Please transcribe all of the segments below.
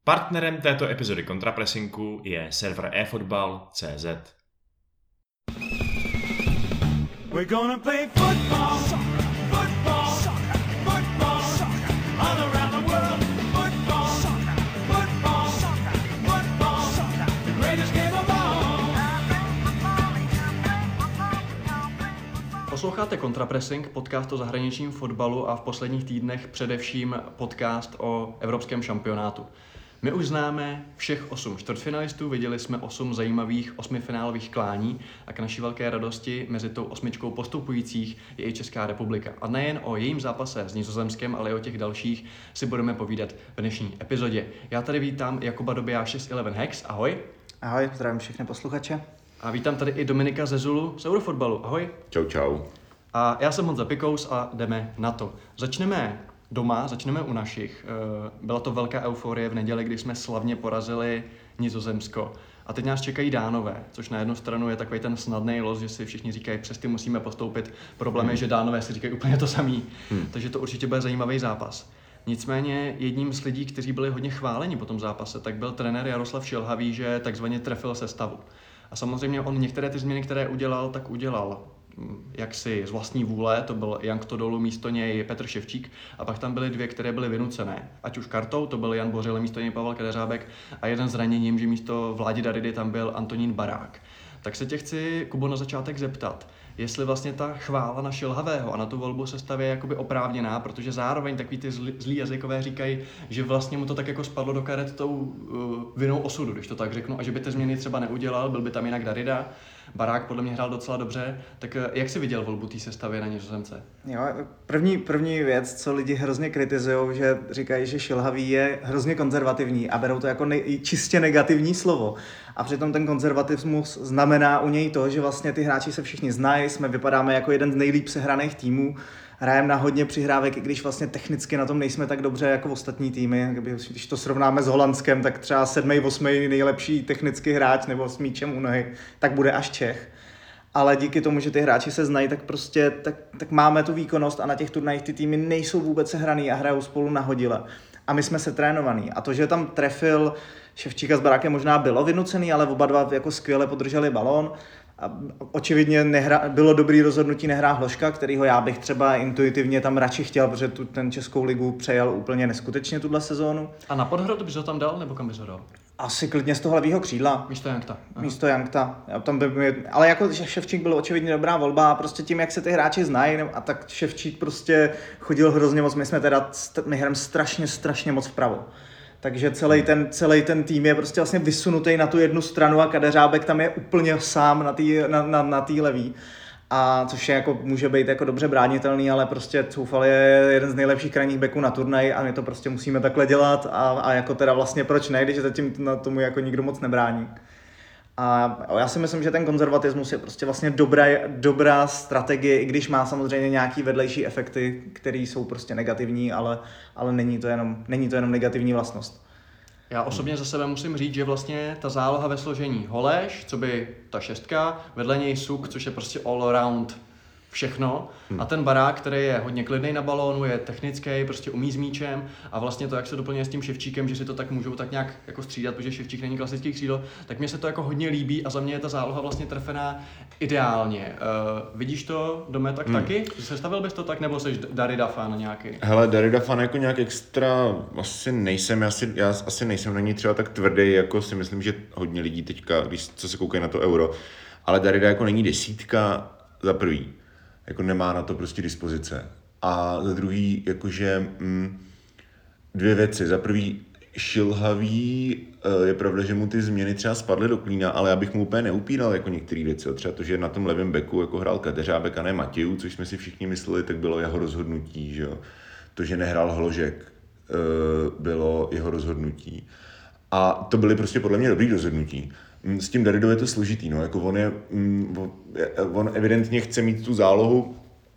Partnerem této epizody Kontrapressingu je server eFootball.cz. We're gonna play football, football, football, all around the world. Football, football, football, the greatest game of all. Posloucháte Kontrapressing, podcast o zahraničním fotbalu a v posledních týdnech především podcast o evropském šampionátu. My už známe všech 8 čtvrtfinalistů, viděli jsme 8 zajímavých osmifinálových klání a k naší velké radosti mezi tou 8 postupujících je i Česká republika. A nejen o jejím zápase s Nizozemskem, ale i o těch dalších si budeme povídat v dnešní epizodě. Já tady vítám Jakuba Dobijáše z Eleven Hex, ahoj. Ahoj, zdravím všechny posluchače. A vítám tady i Dominika Zezulu z Eurofotbalu, ahoj. Čau, čau. A já jsem Honza Pikous a jdeme na to. Začneme doma, začneme u našich. Byla to velká euforie v neděli, kdy jsme slavně porazili Nizozemsko. A teď nás čekají Dánové, což na jednu stranu je takový ten snadný los, že si všichni říkají, přes ty musíme postoupit. Problém je, že Dánové si říkají úplně to samý. Takže to určitě bude zajímavý zápas. Nicméně jedním z lidí, kteří byli hodně chváleni po tom zápase, tak byl trenér Jaroslav Šilhavý, že takzvaně trefil sestavu. A samozřejmě on některé ty změny, které udělal, tak udělal jaksi z vlastní vůle, to byl Jan Ktodolu, místo něj Petr Ševčík, a pak tam byly dvě, které byly vynucené. Ať už kartou, to byl Jan Bořil, místo něj Pavel Kadeřábek, a jeden zraněním, že místo Vládi Daridy tam byl Antonín Barák. Tak se tě chci, Kubo, na začátek zeptat, jestli vlastně ta chvála na Šilhavého a na tu volbu sestavy je jakoby oprávněná, protože zároveň takový ty zlí jazykové říkají, že vlastně mu to tak jako spadlo do karet tou vinou osudu, když to tak řeknu, a že by ty změny třeba neudělal, byl by tam jinak Darida. Barák podle mě hrál docela dobře, tak jak jsi viděl volbu té sestavy na Nizozemce? Jo, první věc, co lidi hrozně kritizujou, že říkají, že Šilhavý je hrozně konzervativní a berou to jako čistě negativní slovo. A přitom ten konzervativismus znamená u něj to, že vlastně ty hráči se všichni znají, vypadáme jako jeden z nejlíp sehraných týmů, hrajeme na hodně přihrávek, i když vlastně technicky na tom nejsme tak dobře jako ostatní týmy. Když to srovnáme s Holandskem, tak třeba 7., 8. nejlepší technický hráč nebo s míčem u nohy, tak bude až Čech. Ale díky tomu, že ty hráči se znají, tak prostě tak máme tu výkonnost a na těch turnajích ty týmy nejsou vůbec sehraný a hrajou spolu nahodile. A my jsme se trénovaný. A to, že tam trefil Ševčíka s Barákem, možná bylo vynucený, ale oba dva jako skvěle podrželi balón. A očividně bylo dobrý rozhodnutí nehrát Hložka, kterýho já bych třeba intuitivně tam radši chtěl, protože ten Českou ligu přejel úplně neskutečně tuhle sezónu. A na Podhrad bys ho tam dal, nebo kam bys ho dal? Asi klidně z toho levýho křídla. Místo Jankta. Místo Jankta. Ale jako Ševčík byl očividně dobrá volba a prostě tím, jak se ty hráči znají, a tak Ševčík prostě chodil hrozně moc. My hrajeme strašně moc vpravo. Takže celý ten tým je prostě vlastně vysunutý na tu jednu stranu a Kadeřábek tam je úplně sám na té levý. A což je jako, může být jako dobře bránitelný, ale prostě Coufal je jeden z nejlepších krajních beků na turnaji a my to prostě musíme takhle dělat a jako teda vlastně proč ne, když zatím na tomu jako nikdo moc nebrání. A já si myslím, že ten konzervatismus je prostě vlastně dobrá strategie, i když má samozřejmě nějaký vedlejší efekty, které jsou prostě negativní, ale není to jenom negativní vlastnost. Já osobně za sebe musím říct, že vlastně ta záloha ve složení Holeš, co by ta šestka, vedle něj Suk, což je prostě all around všechno, a ten Barák, který je hodně klidnej na balónu, je technický, prostě umí s míčem, a vlastně to, jak se doplňuje s tím Ševčíkem, že si to tak můžou tak nějak jako střídat, protože Ševčík není klasický křídlo, tak mně se to jako hodně líbí a za mě je ta záloha vlastně trefená ideálně. Vidíš to, Dome, tak taky? Sestavil bys to tak, nebo jsi Darida fan nějaký? Hele, Darida fan jako nějak extra asi nejsem, já asi nejsem na ní třeba tak tvrdý, jako si myslím, že hodně lidí teďka, co se koukají na to Euro, ale Darida jako není desítka za prvý. Jako nemá na to prostě dispozice. A za druhý, jakože dvě věci. Za prvý, Šilhavý, je pravda, že mu ty změny třeba spadly do klína, ale já bych mu úplně neupíral jako některé věci. Třeba to, že na tom levém beku jako hrál Kadeřábek a ne Matějů, což jsme si všichni mysleli, tak bylo jeho rozhodnutí. Že jo? To, že nehrál Hložek, bylo jeho rozhodnutí. A to byly prostě podle mě dobrý rozhodnutí. S tím Daridou je to složitý, no, jako on evidentně chce mít tu zálohu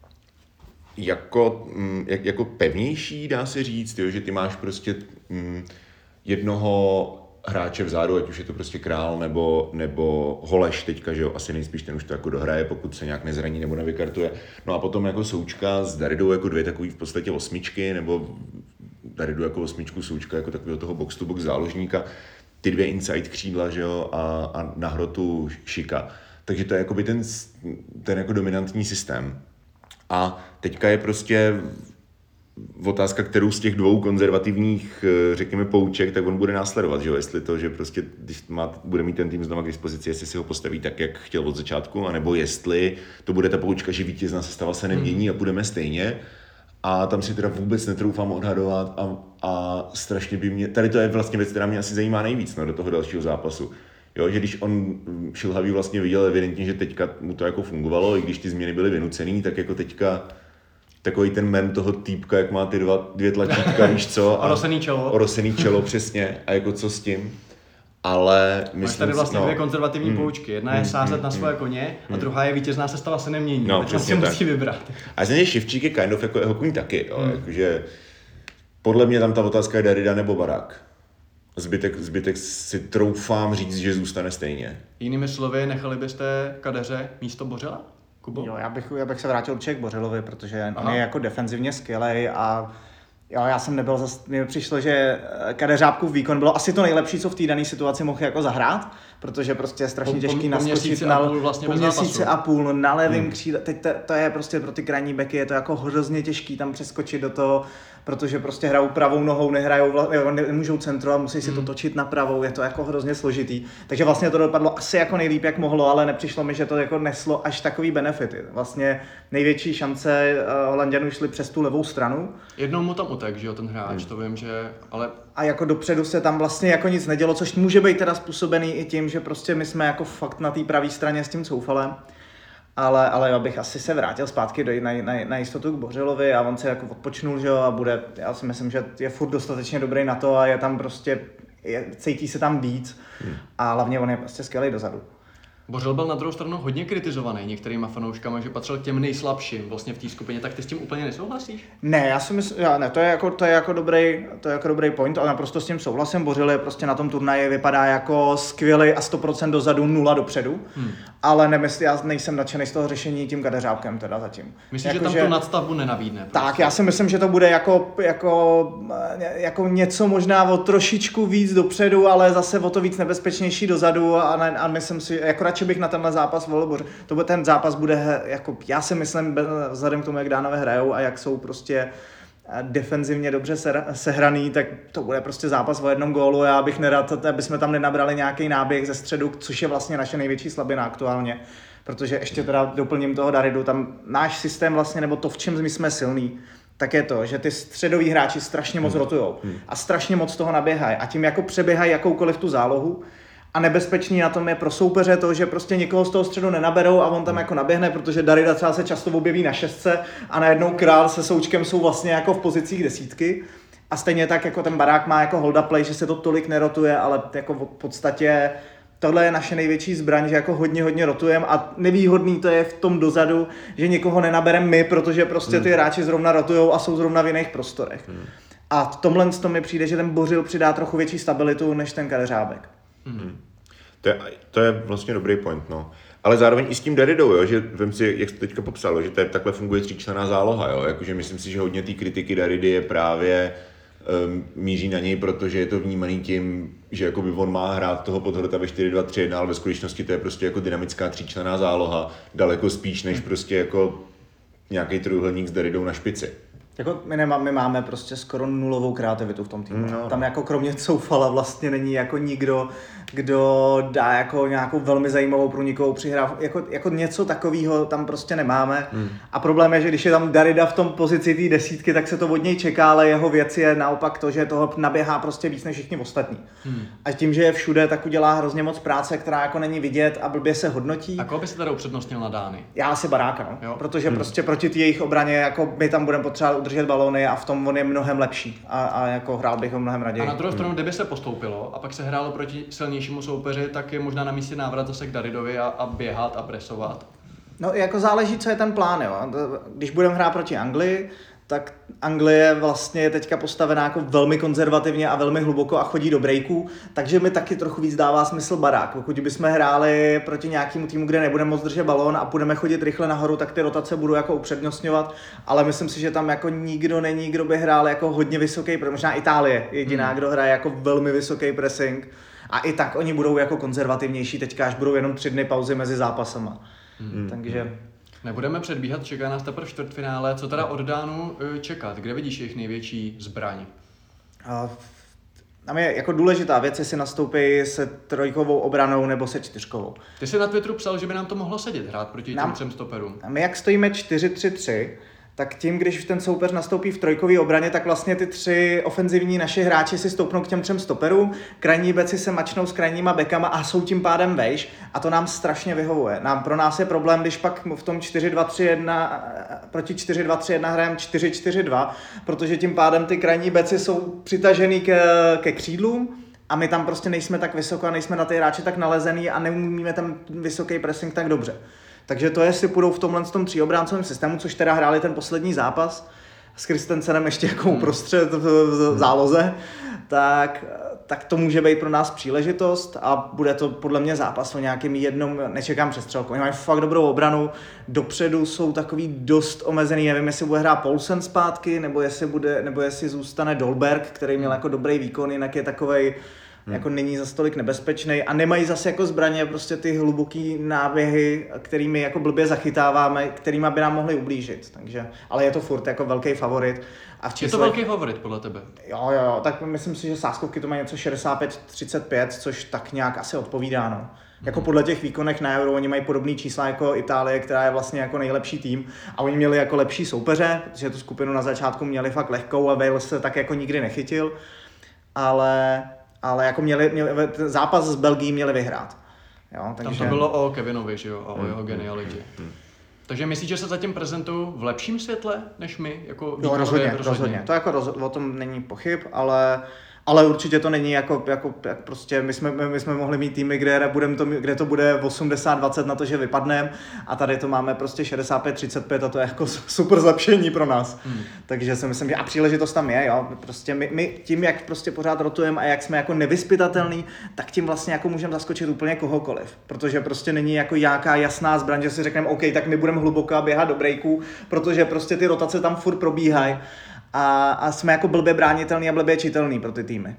jako pevnější, dá se říct, jo, že ty máš prostě jednoho hráče vzadu, ať už je to prostě Král nebo Holeš teďka, že jo, asi nejspíš ten už to jako dohraje, pokud se nějak nezraní nebo nevykartuje. No a potom jako Součka s Daridou jako dvě takový v podstatě osmičky, nebo Daridu jako 8 Součka, jako takového toho box to box záložníka, ty 2 inside křídla, že jo, a na hrotu Šika. Takže to je jakoby ten jako dominantní systém. A teďka je prostě otázka, kterou z těch 2 konzervativních, řekněme, pouček, tak on bude následovat, že jo? Jestli to, že prostě, když bude mít ten tým znova k dispozici, jestli si ho postaví tak, jak chtěl od začátku, anebo jestli to bude ta poučka, že vítězná sestava se nemění a budeme stejně. A tam si teda vůbec netroufám odhadovat a strašně by mě, tady to je vlastně věc, která mě asi zajímá nejvíc, no, do toho dalšího zápasu. Jo, že když on Šilhavý vlastně viděl evidentně, že teďka mu to jako fungovalo, i když ty změny byly vynucený, tak jako teďka takový ten mem toho týpka, jak má ty 2 tlačítka, víš co? Orosený čelo, přesně. A jako co s tím? Ale máš tady vlastně 2 konzervativní poučky. Jedna je sázet na svoje koně a druhá je vítězná sestava se nemění. No, tak vlastně musí vybrat. A zřejmě Ševčík je kind of jako jeho kůň taky. Jo? Jakože podle mě tam ta otázka je Darida nebo Barák. Zbytek si troufám říct, že zůstane stejně. Jinými slovy, nechali byste Kadeře místo Bořila? Kubo? Jo, já bych se vrátil určitě k Bořilovi, protože on je jako defenzivně skvělej a jo, já jsem nebyl mně přišlo, že Kadeřábkův výkon bylo asi to nejlepší, co v té dané situaci mohl jako zahrát, protože prostě je strašně těžký naskočit po měsíci a půl na levém křídle. Teď to je prostě pro ty krajní beky, je to jako hrozně těžký tam přeskočit do toho, protože prostě hrajou pravou nohou, nemůžou centrovat, musí si to točit na pravou, je to jako hrozně složitý. Takže vlastně to dopadlo asi jako nejlíp, jak mohlo, ale nepřišlo mi, že to jako neslo až takový benefity. Vlastně největší šance Holanďanů šli přes tu levou stranu. Jednou mu tam utek, že jo, ten hráč, to vím, že, ale... A jako dopředu se tam vlastně jako nic nedělo, což může být teda způsobený i tím, že prostě my jsme jako fakt na té pravé straně s tím Coufalem. Ale já bych asi se vrátil zpátky na jistotu k Bořilovi a on se jako odpočnul, že jo, a bude, já si myslím, že je furt dostatečně dobrý na to a je tam prostě, cítí se tam víc a hlavně on je prostě skvělý dozadu. Bořil byl na druhou stranu hodně kritizovaný některýma fanouškama, že patřil k těm nejslabším vlastně v té skupině, tak ty s tím úplně nesouhlasíš? Ne, já si myslím, ne, to je jako dobrý point, ale naprosto s tím souhlasím. Bořil je prostě na tom turnaji vypadá jako skvělý a 100% dozadu, 0 dopředu, ale já nejsem nadšený z toho řešení tím Kadeřábkem teda zatím. Myslíš, že tam tu nadstavbu nenabídne? Prostě? Tak, já si myslím, že to bude jako něco možná o trošičku víc dopředu, ale zase o to víc nebezpečnější dozadu a myslím si, jako radši bych na tenhle zápas volil, ten zápas bude, jako já si myslím, vzhledem k tomu, jak Dánové hrajou a jak jsou prostě defenzivně dobře sehraný, tak to bude prostě zápas o 1 gólu. Já bych nerad, aby jsme tam nenabrali nějaký náběh ze středu, což je vlastně naše největší slabina aktuálně. Protože ještě teda doplním toho Daridu, tam náš systém vlastně, nebo to, v čem my jsme silný, tak je to, že ty středoví hráči strašně moc rotujou a strašně moc toho naběhají a tím jako přeběhají jakoukoliv tu zálohu. A nebezpečný na tom je pro soupeře to, že prostě někoho z toho středu nenaberou a on tam jako naběhne, protože Darida třeba se často objeví na 6 a najednou Král se Součkem jsou vlastně jako v pozicích 10. A stejně tak jako ten Barák má jako hold up play, že se to tolik nerotuje, ale jako v podstatě tohle je naše největší zbraň, že jako hodně rotujeme a nevýhodný to je v tom dozadu, že někoho nenabereme my, protože prostě ty hráči zrovna rotujou a jsou zrovna v jiných prostorech. A v tomhle mi přijde, že ten Bořil přidá trochu větší stabilitu než ten Kadeřábek. To je vlastně dobrý point, no. Ale zároveň i s tím Daridou, jo, že vem si, jak jsi to teďka popsal, že takhle funguje 3členná záloha, jo, jakože myslím si, že hodně té kritiky Daridy je právě míří na něj, protože je to vnímaný tím, že jakoby on má hrát toho podhrota ve 4-2-3-1, ale ve skutečnosti to je prostě jako dynamická 3členná záloha, daleko spíš než prostě jako nějaký trojúhelník s Daridou na špici. Jako my máme prostě skoro nulovou kreativitu v tom týmu. No. Tam jako kromě Coufala vlastně není jako nikdo, kdo dá jako nějakou velmi zajímavou průnikovou přihrávku. Jako něco takového tam prostě nemáme. A problém je, že když je tam Darida v tom pozici té 10, tak se to od něj čeká, ale jeho věc je naopak to, že toho naběhá prostě víc než všichni ostatní. A tím, že je všude, tak udělá hrozně moc práce, která jako není vidět a blbě se hodnotí. A koho by se teda upřednostnil na Dány? Já asi Baráka, no. Protože prostě proti té jejich obraně jako my tam budeme potřebovat udržet balony a v tom on je mnohem lepší a jako hrál bych ho mnohem raději. A na druhou stranu, kdyby se postoupilo a pak se hrálo proti silnějšímu soupeři, tak je možná na místě návrat zase k Daridovi a běhat a presovat. No jako záleží, co je ten plán, jo. Když budeme hrát proti Anglii, tak Anglie vlastně je teďka postavená jako velmi konzervativně a velmi hluboko a chodí do breaků, takže mi taky trochu víc dává smysl barák. Pokud bychom hráli proti nějakému týmu, kde nebudeme moc držet balón a budeme chodit rychle nahoru, tak ty rotace budou jako upřednostňovat, ale myslím si, že tam jako nikdo není, kdo by hrál jako hodně vysoký, možná Itálie jediná, kdo hraje jako velmi vysoký pressing a i tak oni budou jako konzervativnější teďka, až budou jenom 3 dny pauzy mezi zápasama. Takže nebudeme předbíhat, čeká nás teprve čtvrtfinále. Co teda od Dánu čekat? Kde vidíš jejich největší zbraň? Tam je jako důležitá věc, jestli nastoupí se 3 obranou nebo se 4. Ty jsi na Twitteru psal, že by nám to mohlo sedět hrát proti těm 3 stoperům. A my jak stojíme 4-3-3, tak tím, když ten soupeř nastoupí v 3 obraně, tak vlastně ty 3 ofenzivní naši hráči si stoupnou k těm 3 stoperům, krajní beci se mačnou s krajníma bekama a jsou tím pádem vejš a to nám strašně vyhovuje. Pro nás je problém, když pak v tom 4-2-3-1 proti 4-2-3-1 hrajeme 4-4-2, protože tím pádem ty krajní beci jsou přitažený ke křídlům a my tam prostě nejsme tak vysoko a nejsme na ty hráče tak nalezený a neumíme ten vysoký pressing tak dobře. Takže to, jestli půjdou v tomhle 3obráncovém systému, což teda hráli ten poslední zápas s Christensenem ještě jako uprostřed v záloze, tak to může být pro nás příležitost a bude to podle mě zápas o nějakým jednom, nečekám přestřelku. Oni mají fakt dobrou obranu, dopředu jsou takový dost omezený, nevím, jestli bude hrát Poulsen zpátky, nebo jestli zůstane Dolberg, který měl jako dobrý výkon, jinak je takovej jako není zas tolik nebezpečný a nemají zase jako zbraně prostě ty hluboký náběhy, kterými jako blbě zachytáváme, kterými by nám mohli ublížit, takže, ale je to furt jako velký favorit. A Je to velký favorit podle tebe? Jo, tak myslím si, že sázkovky to mají něco 65-35, což tak nějak asi odpovídá, no. Jako podle těch výkonech na Euro, oni mají podobný čísla jako Itálie, která je vlastně jako nejlepší tým a oni měli jako lepší soupeře, protože tu skupinu na začátku měli fakt lehkou a Wales se tak jako nikdy nechytil, ale jako měli zápas s Belgií měli vyhrát. Jo, takže... Tam to bylo o Kevinovi, že jo, a o jeho genialitě. Takže myslíš, že se zatím prezentují v lepším světle než my? Jako jo, rozhodně. To jako o tom není pochyb, ale určitě to není jako prostě my jsme mohli mít týmy, kde to bude 80-20 na to, že vypadneme a tady to máme prostě 65-35 a to je jako super zlepšení pro nás. Takže si myslím, že a příležitost tam je, jo. Prostě my tím, jak prostě pořád rotujeme a jak jsme jako nevyzpytatelný, tak tím vlastně jako můžeme zaskočit úplně kohokoliv, protože prostě není jako nějaká jasná zbraň, že si řekneme, OK, tak my budeme hluboko běhat do breaků, protože prostě ty rotace tam furt probíhají. A jsme jako blbě bránitelný a blbě čitelný pro ty týmy.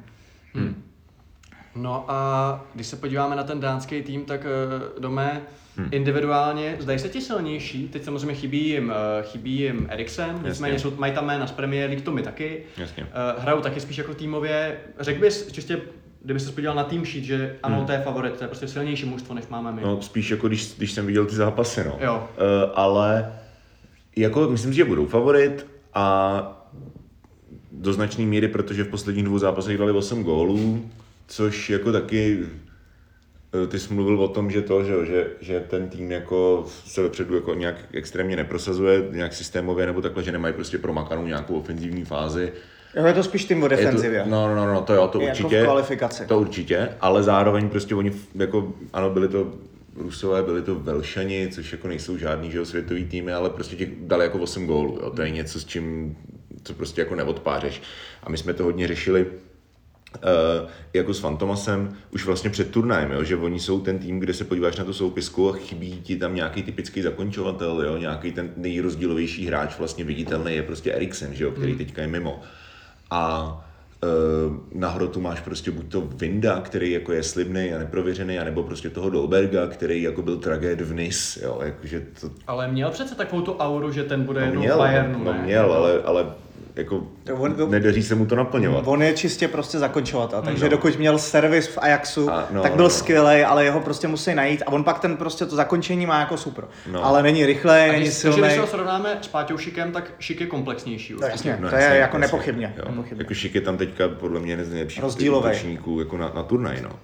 No a když se podíváme na ten dánský tým, tak Domé individuálně zdají se ti silnější, teď samozřejmě chybí jim Eriksen, nicméně mají tam jména z Premier League, to my taky. Hrajou taky spíš jako týmově. Řekl bys, čistě, kdyby se podíval na team sheet, že ano, to je favorit, to je prostě silnější mužstvo, než máme my. No spíš jako když jsem viděl ty zápasy, no. Jo. Ale jako myslím si, že budou favorit a do značné míry, protože v posledních 2 zápasech dali 8 gólů, což jako taky, ty jsi mluvil o tom, že ten tým jako se vepředu jako nějak extrémně neprosazuje, nějak systémově nebo takhle, že nemají prostě promakanou nějakou ofenzivní fázi. Je to spíš tým o defenzivě. No, to jo, to určitě. Jako v kvalifikaci. To určitě, ale zároveň prostě oni jako, ano, byli to Rusové, byli to Velšani, což jako nejsou žádný, že jo, světový týmy, ale prostě těch dali jako 8 gólů, jo, to je něco, co prostě jako neodpářeš. A my jsme to hodně řešili jako s Fantomasem už vlastně před turnajem, jo, že oni jsou ten tým, kde se podíváš na tu soupisku a chybí ti tam nějaký typický zakončovatel, jo, nějaký ten nejrozdílovější hráč vlastně viditelný je prostě Eriksen, že jo, který teďka je mimo. A na hrotu máš prostě buď to Vinda, který jako je slibný a neprověřený, anebo prostě toho Dolberga, který jako byl tragéd v Nice, jo, jakože to... Ale měl přece takovou tu auru, že ten bude jednou v Bayernu, ne? Měl, ale jako nedaří se mu to naplňovat. On je čistě prostě zakončovatel, takže dokud měl servis v Ajaxu, tak byl skvělej, ale jeho prostě musí najít a on pak ten prostě to zakončení má jako super. Ale není rychlej, není silnej. Takže když ho srovnáme s Páťou Šikem, tak Šik je komplexnější. To jasně, to je jako nepochybně. Jako Šik je tam teďka podle mě jeden z nejlepších útočníků jako na turnaj, no.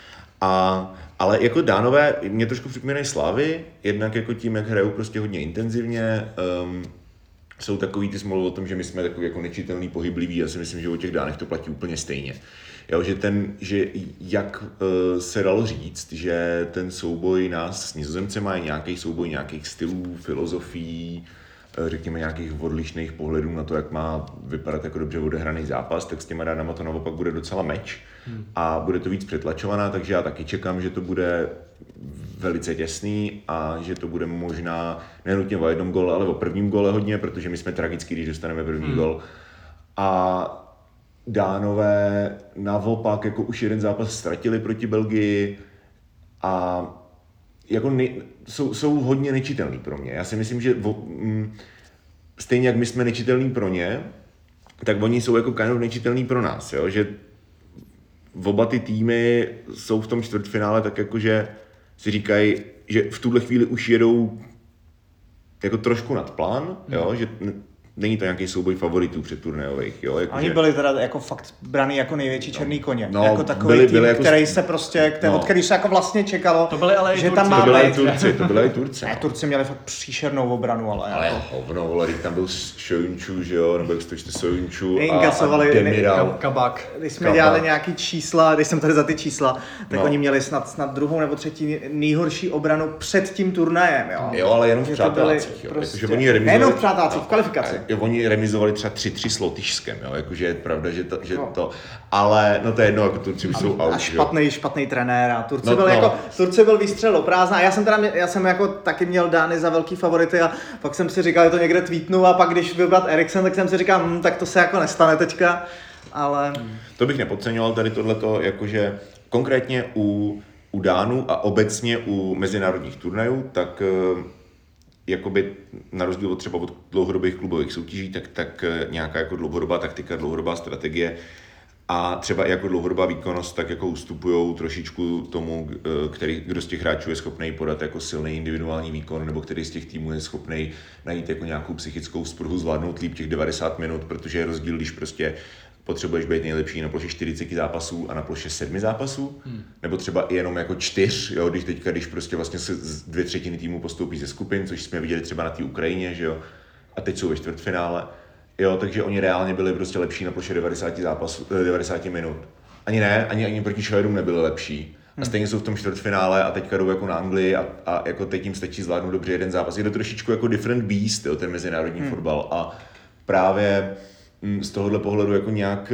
Ale jako Dánové mě trošku připomínají Slavy, jednak jako tím, jak hrajou prostě hodně intenzivně, jsou takový, ty jsi mluvil o tom, že my jsme takový jako nečitelný, pohybliví, já si myslím, že o těch Dánech to platí úplně stejně. Jo, že jak se dalo říct, že ten souboj nás s Nizozemcem má nějaký souboj nějakých stylů, filozofií, řekněme, nějakých odlišných pohledů na to, jak má vypadat jako dobře odehraný zápas, tak s těma Dánama to naopak bude docela meč a bude to víc přetlačovaná, takže já taky čekám, že to bude velice těsný a že to bude možná nenutně o jednom góle, ale o prvním góle hodně, protože my jsme tragický, když dostaneme první gól. A Dánové naopak jako už jeden zápas ztratili proti Belgii a jako jsou hodně nečitelný pro mě. Já si myslím, že stejně jak my jsme nečitelný pro ně, tak oni jsou jako kind of nečitelný pro nás, jo? Že oba ty týmy jsou v tom čtvrtfinále tak jakože si říkají, že v tuhle chvíli už jedou jako trošku nad plán, jo? Že není to nějaký souboj favoritů předturnajových, jo? Jako, oni byli teda jako fakt braný jako největší černý koně. No, jako takový tým, jako který se prostě, od kterých se jako vlastně čekalo, to byli ale že i tam Turci. máme... To byli i Turci. Ne, Turci měli fakt příšernou obranu, ale jako... hovno, vole, tam byl Soyuncu, že jo, nebo jak se to čte Soyuncu a Demiral. Kabak. Když jsme dělali nějaký čísla, když jsem tady za ty čísla, tak oni měli snad druhou nebo třetí nejhorší obranu před tím turnajem, jo. Jo, ale jenom v přátelácích, jo. Prostě... Jakože oni remizovali... Nejenom v přátelácích, v kvalifikaci. Oni remizovali třeba 3-3 s Lotyšskem, jo, jakože je pravda, že to, ale no to je jedno, jako Turci už jsou out, a špatný trenér a Turci byl výstřel do prázdna. Já jsem jako taky měl Dány za velký favority a pak jsem si říkal, že to někde tweetnu a pak když vybrat Eriksen, tak jsem si říkal, tak to se jako nestane teďka, ale... To bych nepodceňoval tady tohleto, jakože konkrétně u Dánů a obecně u mezinárodních turnajů, tak jakoby na rozdíl třeba od dlouhodobých klubových soutěží, tak nějaká jako dlouhodobá taktika, dlouhodobá strategie a třeba i jako dlouhodobá výkonnost tak jako ustupujou trošičku tomu, kdo z těch hráčů je schopný podat jako silný individuální výkon, nebo který z těch týmů je schopný najít jako nějakou psychickou spruhu, zvládnout líp těch 90 minut, protože je rozdíl, když prostě potřebuješ být nejlepší na ploše 40 zápasů a na ploše 7 zápasů, nebo třeba i jenom jako 4, jo, když prostě vlastně se 2/3 týmu postoupí ze skupin, což jsme viděli třeba na té Ukrajině, že jo, a teď jsou ve čtvrtfinále, jo, takže oni reálně byli prostě lepší na ploše 90 minut. Ani proti Švédům nebyli lepší. A stejně jsou v tom čtvrtfinále a teďka jdou jako na Anglii a jako teď jim stačí zvládnout dobře jeden zápas. Je to trošičku jako different beast, jo, ten mezinárodní fotbal a právě z tohohle pohledu jako nějak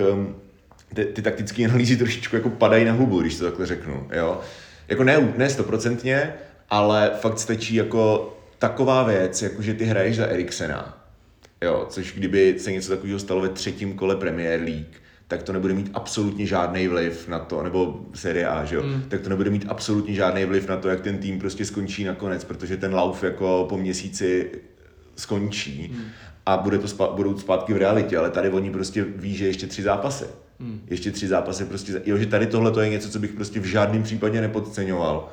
ty taktické analýzy trošičku jako padají na hubu, když to takhle řeknu, jo. Jako ne 100%, ale fakt stačí jako taková věc, jako že ty hraješ za Eriksena, jo, což kdyby se něco takového stalo ve 3. kole Premier League, tak to nebude mít absolutně žádný vliv na to, nebo Serie A, že jo, tak to nebude mít absolutně žádný vliv na to, jak ten tým prostě skončí nakonec, protože ten lauf jako po měsíci skončí a budou zpátky v realitě, ale tady oni prostě ví, že ještě 3 zápasy. Ještě 3 zápasy prostě, jo, že tady tohle to je něco, co bych prostě v žádném případě nepodceňoval.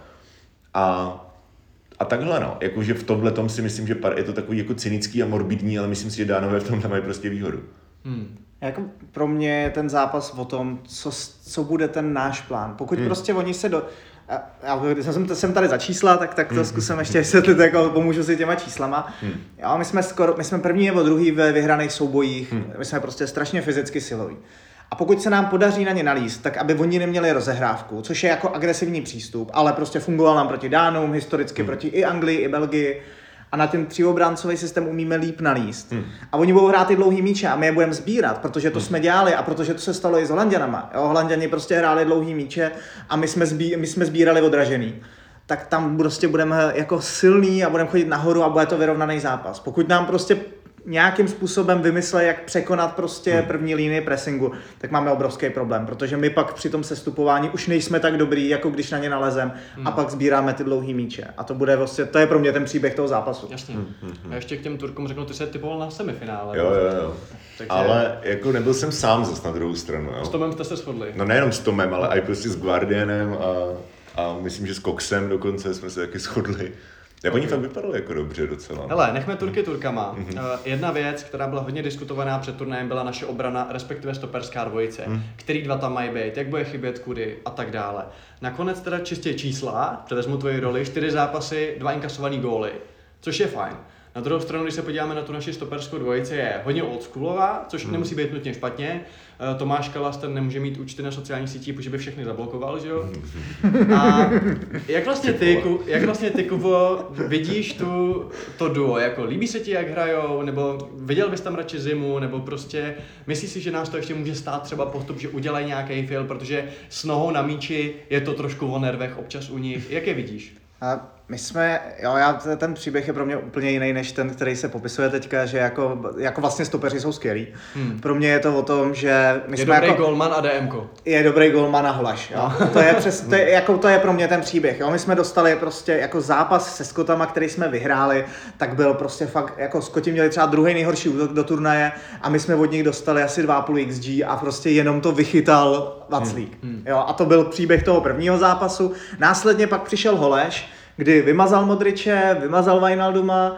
A takhle no, jakože v tomhletom si myslím, že je to takový jako cynický a morbidní, ale myslím si, že Dánové v tomhle mají prostě výhodu. Jako pro mě je ten zápas o tom, co bude ten náš plán. Pokud prostě oni se jsem tady za čísla, tak to zkusím ještě vysvětlit, jako pomůžu si těma číslama. Jo, my jsme první nebo druhý ve vyhraných soubojích, my jsme prostě strašně fyzicky siloví. A pokud se nám podaří na ně nalíst, tak aby oni neměli rozehrávku, což je jako agresivní přístup, ale prostě fungoval nám proti Dánům, historicky proti i Anglii, i Belgii. A na ten tříobráncový systém umíme líp nalíst. A oni budou hrát ty dlouhý míče a my je budeme sbírat, protože to jsme dělali a protože to se stalo i s Holanďanama. Jo, Holanďani prostě hráli dlouhý míče a my jsme sbírali odražený. Tak tam prostě budeme jako silný a budeme chodit nahoru a bude to vyrovnaný zápas. Pokud nám prostě nějakým způsobem vymyslet, jak překonat prostě první linii pressingu, tak máme obrovský problém, protože my pak při tom sestupování už nejsme tak dobrý, jako když na ně nalezem a pak sbíráme ty dlouhý míče. A to bude vlastně, to je pro mě ten příběh toho zápasu. Jasně. A ještě k těm Turkům řeknu, ty se typoval na semifinále. Jo. Takže... Ale jako nebyl jsem sám zas na druhou stranu. Jo. S Tomem jste se shodli. No nejenom s Tomem, ale i prostě s Guardianem a myslím, že s Coxem dokonce jsme se taky shodli. Oni fakt vypadali jako dobře docela. Hele, nechme Turky Turkama. Jedna věc, která byla hodně diskutovaná před turnajem, byla naše obrana, respektive stoperská dvojice. Který dva tam mají být, jak bude chybět kudy a tak dále. Nakonec teda čistě čísla, převezmu tvoji roli, 4 zápasy, 2 inkasovaný góly, což je fajn. Na druhou stranu, když se podíváme na tu naši stoperskou dvojici, je hodně oldschoolová, což nemusí být nutně špatně. Tomáš Kalas, ten nemůže mít účty na sociálních sítích, protože by všechny zablokoval, že jo? A jak vlastně ty, Kubo, vidíš to duo, jako líbí se ti, jak hrajou, nebo viděl bys tam radši Zimu, nebo prostě myslíš si, že nás to ještě může stát třeba postup, že udělají nějaký fail, protože s nohou na míči je to trošku o nervech občas u nich. Jak je vidíš? A my jsme, ten příběh je pro mě úplně jiný než ten, který se popisuje teďka, že jako vlastně stopeři jsou skvělí. Pro mě je to o tom, že my je jsme dobrý jako, golman a DMko. Je dobrý golman a Holeš, jo. To je pro mě ten příběh, jo. My jsme dostali prostě jako zápas se Skotama, který jsme vyhráli, tak byl prostě fakt, jako Skoti měli třeba druhý nejhorší útok do turnaje a my jsme od nich dostali asi 2,5 XG a prostě jenom to vychytal Vaclík. Jo, a to byl příběh toho prvního zápasu. Následně pak přišel Holeš, kdy vymazal Modriče, vymazal Wijnalduma,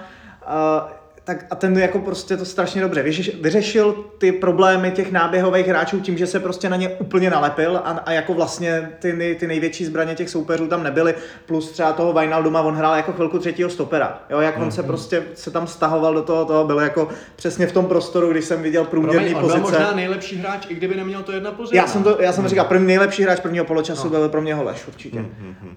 a ten jako prostě to strašně dobře vyřešil ty problémy těch náběhových hráčů tím, že se prostě na ně úplně nalepil a jako vlastně ty největší zbraně těch soupeřů tam nebyly, plus třeba toho Wijnalduma, on hrál jako chvilku třetího stopera, jo, jak on se prostě se tam stahoval do toho byl jako přesně v tom prostoru, když jsem viděl průměrný pozice. On byl možná nejlepší hráč, i kdyby neměl to jedna pozice. Já jsem říkal, nejlepší hráč prvního poločasu byl pro mě Holeš určitě.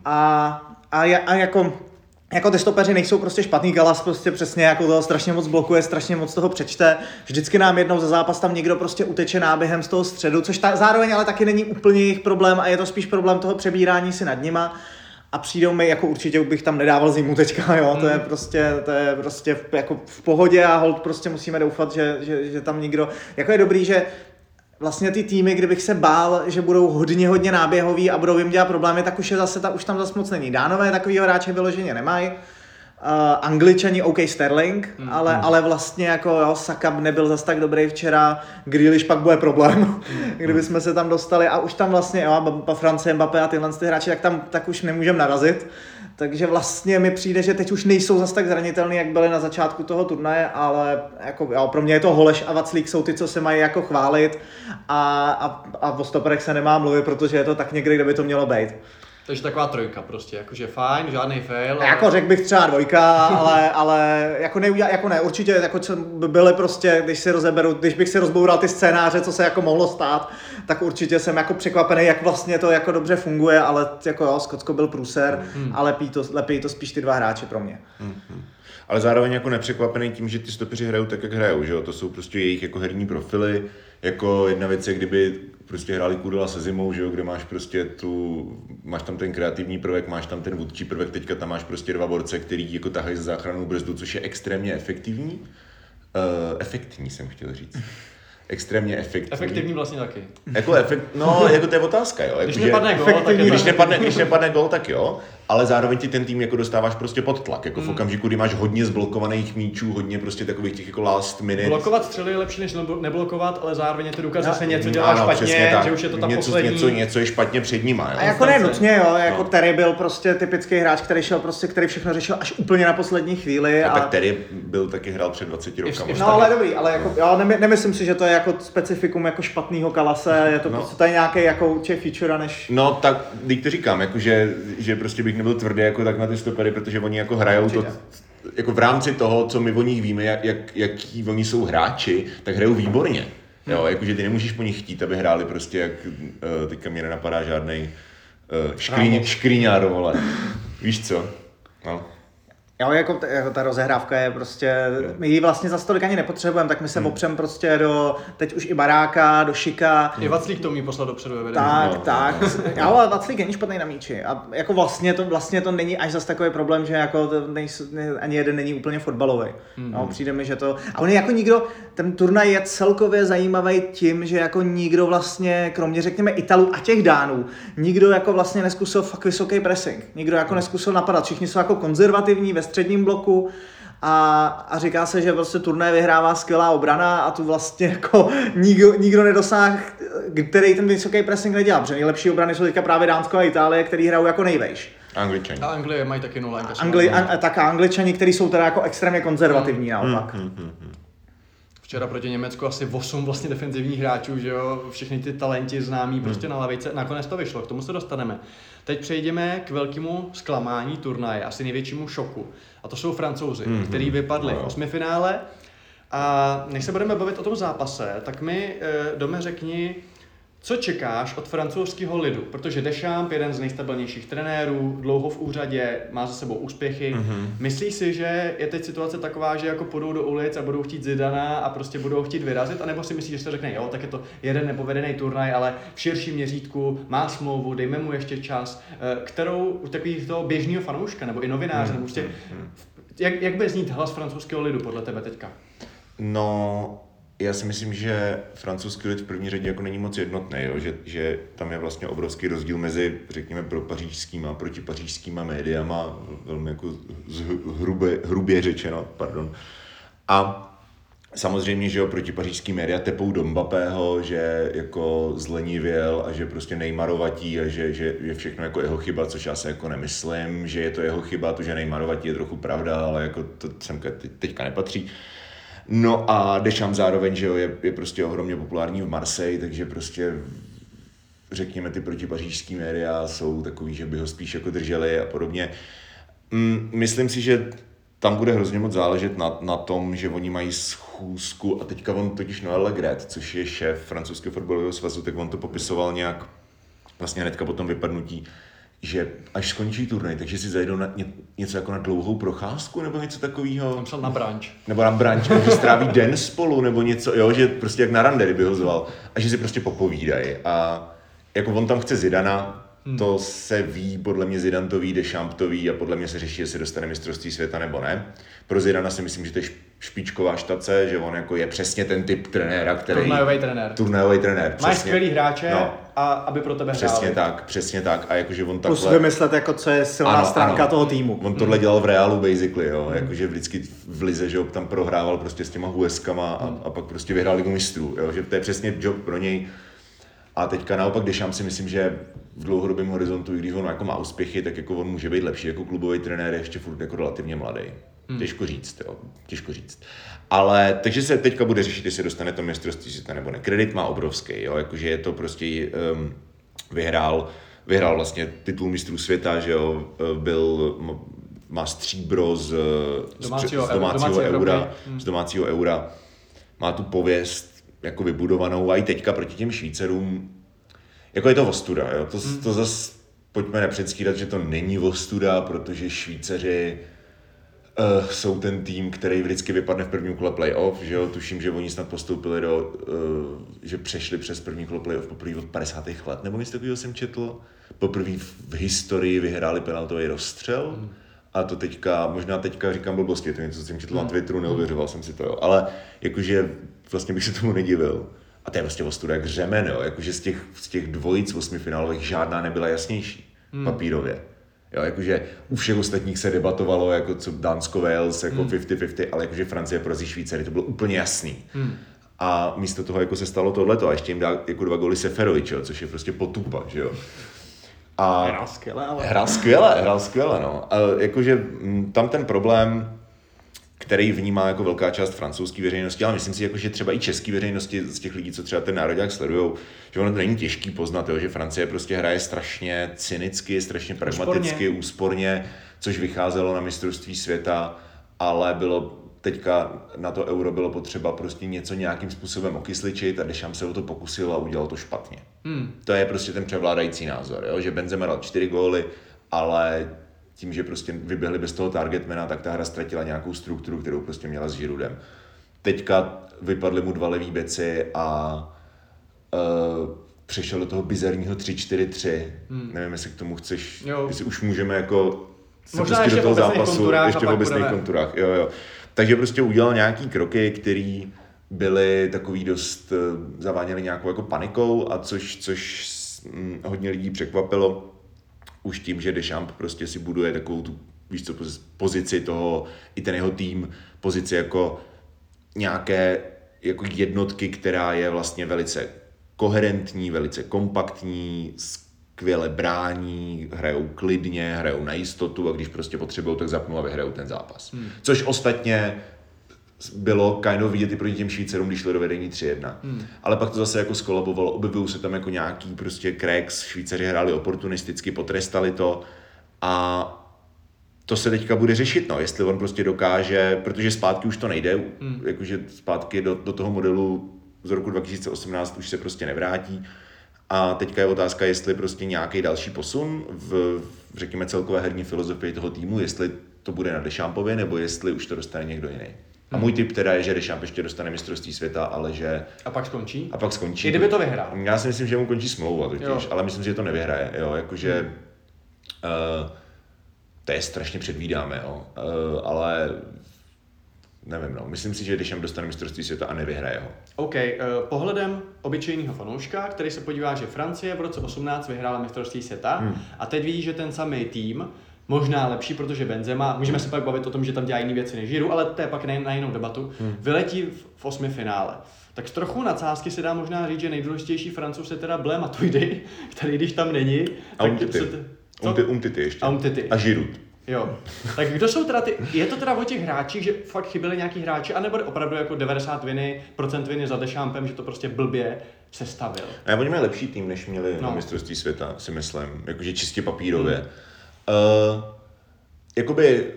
A jako ty stopeři nejsou prostě špatný, Kalas prostě přesně jako toho strašně moc blokuje, strašně moc toho přečte. Vždycky nám jednou za zápas tam někdo prostě uteče náběhem z toho středu, což zároveň ale taky není úplně jejich problém a je to spíš problém toho přebírání si nad nima. A přijdou mi, jako určitě bych tam nedával Zimu teďka, jo, to je prostě jako v pohodě a hold prostě musíme doufat, že tam nikdo, jako je dobrý, že vlastně ty týmy, kdybych se bál, že budou hodně náběhoví a budou jim dělat problémy, tak už tam zas moc není. Dánové takovýho hráče vyloženě nemají. Angličani OK Sterling, ale vlastně jako jo, Saka nebyl zas tak dobrý včera, Grealish pak bude problém, kdyby jsme se tam dostali a už tam vlastně jo, Francie, Mbappé a tyhle hráči, tak už nemůžeme narazit. Takže vlastně mi přijde, že teď už nejsou zas tak zranitelný, jak byly na začátku toho turnaje, ale jako, jo, pro mě je to Holeš a Vaclík jsou ty, co se mají jako chválit a o stoperech se nemá mluvit, protože je to tak někde, kde by to mělo být. Takže taková trojka prostě, jakože fajn, žádný fail. Ale... Jako řekl bych třeba 2, ale jako ne, určitě jako co by byly prostě, když bych si rozboural ty scénáře, co se jako mohlo stát, tak určitě jsem jako překvapený, jak vlastně to jako dobře funguje, ale jako jo, Skotsko byl průser, ale lepí to spíš ty 2 hráči pro mě. Ale zároveň jako nepřekvapený tím, že ty stopeři hrajou tak, jak hrajou, že jo? To jsou prostě jejich jako herní profily. Jako jedna věc je, kdyby prostě hráli Kudela se Zimou, že jo, kde máš prostě máš tam ten kreativní prvek, máš tam ten vůdčí prvek, teďka tam máš prostě 2 borce, který jako tahají za záchrannou brzdu, což je extrémně efektivní. Efektní jsem chtěl říct. Extrémně efektivní. Efektivní vlastně taky. Jako jako to je otázka, jo. Když nepadne gól, tak je když nepadne gól, tak jo, ale zároveň ti ten tým jako dostáváš prostě pod tlak, jako v okamžiku, kdy máš hodně zblokovaných míčů, hodně prostě takových těch jako last minute. Blokovat střely je lepší než neblokovat, ale zároveň je to důkaz, že se něco dělá špatně, že už je to ta poslední. Něco je špatně před nima, jo. A jako ne nutně, jo, jako Terry byl prostě typický hráč, který všechno řešil až úplně na poslední chvíli. A tak Terry byl taky hrál před 20 rokama. No ale dobrý, ale jako já nemyslím si, že to je jako specifikum jako špatného Kalase, je to prostě tady nějaký jako určitě feature než... No tak, když to říkám, jako že prostě bych nebyl tvrdý jako tak na ty stopery, protože oni jako hrajou to, jako v rámci toho, co my o nich víme, jaký oni jsou hráči, tak hrajou výborně. Jo, jakože ty nemůžeš po nich chtít, aby hráli prostě jak, teďka mě nenapadá žádnej škrýňár, vole. Víš co? No. Jo, jako ta rozehrávka je prostě, my ji vlastně za stolik ani nepotřebujeme, tak my se opřem prostě teď už i Baráka, do Šika. I Vaclík to umí poslat dopředu ve vedení. Tak. Jo, ale Vaclík není špatný na míči a jako vlastně to není až zas takový problém, že jako ani jeden není úplně fotbalový. No, přijde mi, že to, a on je jako nikdo, ten turnaj je celkově zajímavý tím, že jako nikdo vlastně, kromě řekněme Italů a těch Dánů, nikdo jako vlastně neskusil fakt vysoký pressing, nikdo jako neskusil napadat, všichni jsou jako konzervativní ve středním bloku a říká se, že prostě turnaj vyhrává skvělá obrana a tu vlastně jako nikdo nedosáhl, který ten vysoký pressing nedělá, protože nejlepší obrany jsou teďka právě Dánsko a Itálie, který hrajou jako nejvejš. Angličani. A Anglie mají taky 0. Tak Angličani, kteří jsou teda jako extrémně konzervativní naopak. Včera proti Německu asi 8 vlastně defenzivních hráčů, že jo, všechny ty talenti známí prostě na lavice, nakonec to vyšlo, k tomu se dostaneme. Teď přejdeme k velkému zklamání turnaje, asi největšímu šoku. A to jsou Francouzi, kteří vypadli v osmifinále. A než se budeme bavit o tom zápase, tak mi, Dome, řekni, co čekáš od francouzského lidu? Protože Deschamps, jeden z nejstabilnějších trenérů, dlouho v úřadě, má za sebou úspěchy. Myslíš si, že je teď situace taková, že jako půjdou do ulic a budou chtít Zidana a prostě budou chtít vyrazit? A nebo si myslíš, že se řekne, jo, tak je to jeden nepovedený turnaj, ale v širším měřítku má smlouvu, dejme mu ještě čas, kterou takový toho běžného fanouška nebo i novináře, nebo prostě, jak bude znít hlas francouzského lidu podle tebe teďka? No, já si myslím, že francouzský lid v první řadě jako není moc jednotný, jo? Že tam je vlastně obrovský rozdíl mezi, řekněme, propařížskýma a protipařížskýma médiama, velmi jako hrubě řečeno, pardon. A samozřejmě, že jo, protipařížský média tepou do Mbappého, že jako zlenivěl a že prostě Neymarovatí a že je všechno jako jeho chyba, což já se jako nemyslím, že je to jeho chyba, to, že Neymarovatí je trochu pravda, ale jako to semka teďka nepatří. No a Deschamps zároveň, že jo, je prostě ohromně populární v Marseille, takže prostě řekněme ty protipařížský média jsou takový, že by ho spíš jako drželi a podobně. Myslím si, že tam bude hrozně moc záležet na tom, že oni mají schůzku a teďka on totiž Noël Le Graët, což je šéf francouzského fotbalového svazu, tak on to popisoval nějak vlastně hnedka po tom vypadnutí, že až skončí turnaj, takže si zajdou na něco jako na dlouhou procházku nebo něco takového. Tam šel na brunch. Nebo na brunch, že stráví den spolu nebo něco, jo, že prostě jak na rande by ho zval a že si prostě popovídají. A jako on tam chce Zidana, to se ví, podle mě Zidane to ví, Deschamps to ví a podle mě se řeší, jestli dostane mistrovství světa nebo ne. Pro Zidana si myslím, že to je špičková štace, že on jako je přesně ten typ trenéra, který... Turnajový trenér. Máš skvělý hráče, no, a aby pro tebe hráli. Přesně tak. A jakože on takhle... Plus vymyslet, jako co je silná stránka toho týmu. On tohle dělal v Realu basically, jo. Jakože vždycky v lize, že tam prohrával prostě s těma Hueskama a pak prostě vyhrál Ligu mistrů, jo. Že to je přesně job pro něj. A teďka naopak Deschamps si myslím, že v dlouhodobém horizontu, i když on jako má úspěchy, tak jako on může být lepší jako klubový trenér, ještě furt jako relativně mladý. Těžko říct, jo, těžko říct. Ale takže se teďka bude řešit, jestli dostane to mistrovství světa nebo ne. Kredit má obrovský, jo, jakože je to prostě vyhrál vlastně titul mistrů světa, že jo, má stříbro z domácího eura, má tu pověst jako vybudovanou a i teďka proti těm Švýcarům, jako je to ostuda, jo, to zase pojďme nepředstírat, že to není ostuda, protože Švýcaři jsou ten tým, který vždycky vypadne v prvním kole playoff, že jo, tuším, že oni snad postoupili že přešli přes první kolo playoff poprvé od 50. let, nebo něco takového jsem četl, poprvé v historii vyhráli penaltový rozstřel a to možná teďka říkám blbosti, to je něco, co jsem četl na Twitteru, neuvěřoval jsem si to, jo, ale jakože vlastně bych se tomu nedivil. A to je vlastně ostuda jak řemen, jo, jakože z těch dvojic osmifinálových žádná nebyla jasnější papírově. Jo, jakože u všech ostatních se debatovalo, jako co Dánsko, Wales, jako 50-50, ale jakože Francie porazí Švýcary, to bylo úplně jasný. A místo toho jako se stalo tohleto a ještě jim dá jako 2 góly Seferovič, jo, což je prostě potupa, že jo. A hrál skvěle, no. A jakože tam ten problém, který vnímá jako velká část francouzské veřejnosti, ale myslím si, jako, že třeba i české veřejnosti z těch lidí, co třeba ten národák sledujou, že ono to není těžký poznat, jo, že Francie prostě hraje strašně cynicky, strašně pragmaticky, úsporně, což vycházelo na mistrovství světa, ale bylo teďka na to euro bylo potřeba prostě něco nějakým způsobem okysličit a Deschamps se o to pokusil a udělal to špatně. To je prostě ten převládající názor, jo, že Benzema dal 4 góly, ale tím, že prostě vyběhli bez toho targetmana, tak ta hra ztratila nějakou strukturu, kterou prostě měla s Giroudem. Teďka vypadly mu 2 levý beci a přešel do toho bizarního 3-4-3. Nevím, jestli k tomu chceš, jestli už můžeme jako se pustit do toho zápasu, ještě v obecných konturách. Jo. Takže prostě udělal nějaký kroky, které byly takový dost, zaváněly nějakou jako panikou a což hodně lidí překvapilo. Už tím, že Deschamps prostě si buduje takovou tu, víš co, pozici toho, i ten jeho tým, pozici jako nějaké jako jednotky, která je vlastně velice koherentní, velice kompaktní, skvěle brání, hrajou klidně, hrajou na jistotu a když prostě potřebují, tak zapnou a vyhrajou ten zápas. Což ostatně bylo kind of vidět i proti těm Švýcarům, když šli do vedení 3-1. Ale pak to zase jako skolabovalo, objevují se tam jako nějaký prostě cracks, Švýcaři hráli oportunisticky, potrestali to a to se teďka bude řešit, no, jestli on prostě dokáže, protože zpátky už to nejde, jakože zpátky do toho modelu z roku 2018 už se prostě nevrátí. A teďka je otázka, jestli prostě nějaký další posun v řekněme celkové herní filozofii toho týmu, jestli to bude na Deschampově, nebo jestli už to dostane někdo jiný. A můj tip teda je, že Deschamps ještě dostane mistrovství světa, ale že... A pak skončí? I kdyby to vyhrál. Já si myslím, že mu končí smlouva totiž, ale myslím si, že to nevyhraje, jo, jakože... To je strašně předvídáme, jo, ale... Nevím, no. Myslím si, že Deschamps dostane mistrovství světa a nevyhraje ho. OK, pohledem obyčejného fanouška, který se podívá, že Francie v roce 18 vyhrála mistrovství světa a teď vidí, že ten samý tým, možná lepší, protože Benzema, můžeme se pak bavit o tom, že tam dělá jiné věci než Giroud, ale to je pak na jinou debatu, vyletí v 8 finále. Tak z trochu nadsázky se dá možná říct, že nejdůležitější Francouz je teda Blé Matuidi, který když tam není... A Umtiti ještě. A Giroud. Jo, tak kdo jsou teda je to teda o těch hráčích, že fakt chyběli nějaký hráči, anebo opravdu jako 90% viny za Deschampem, že to prostě blbě sestavil? Ne, oni mají lepší tým, než měli na mistrovství světa, si myslím, jakože čistě papírově. Jakoby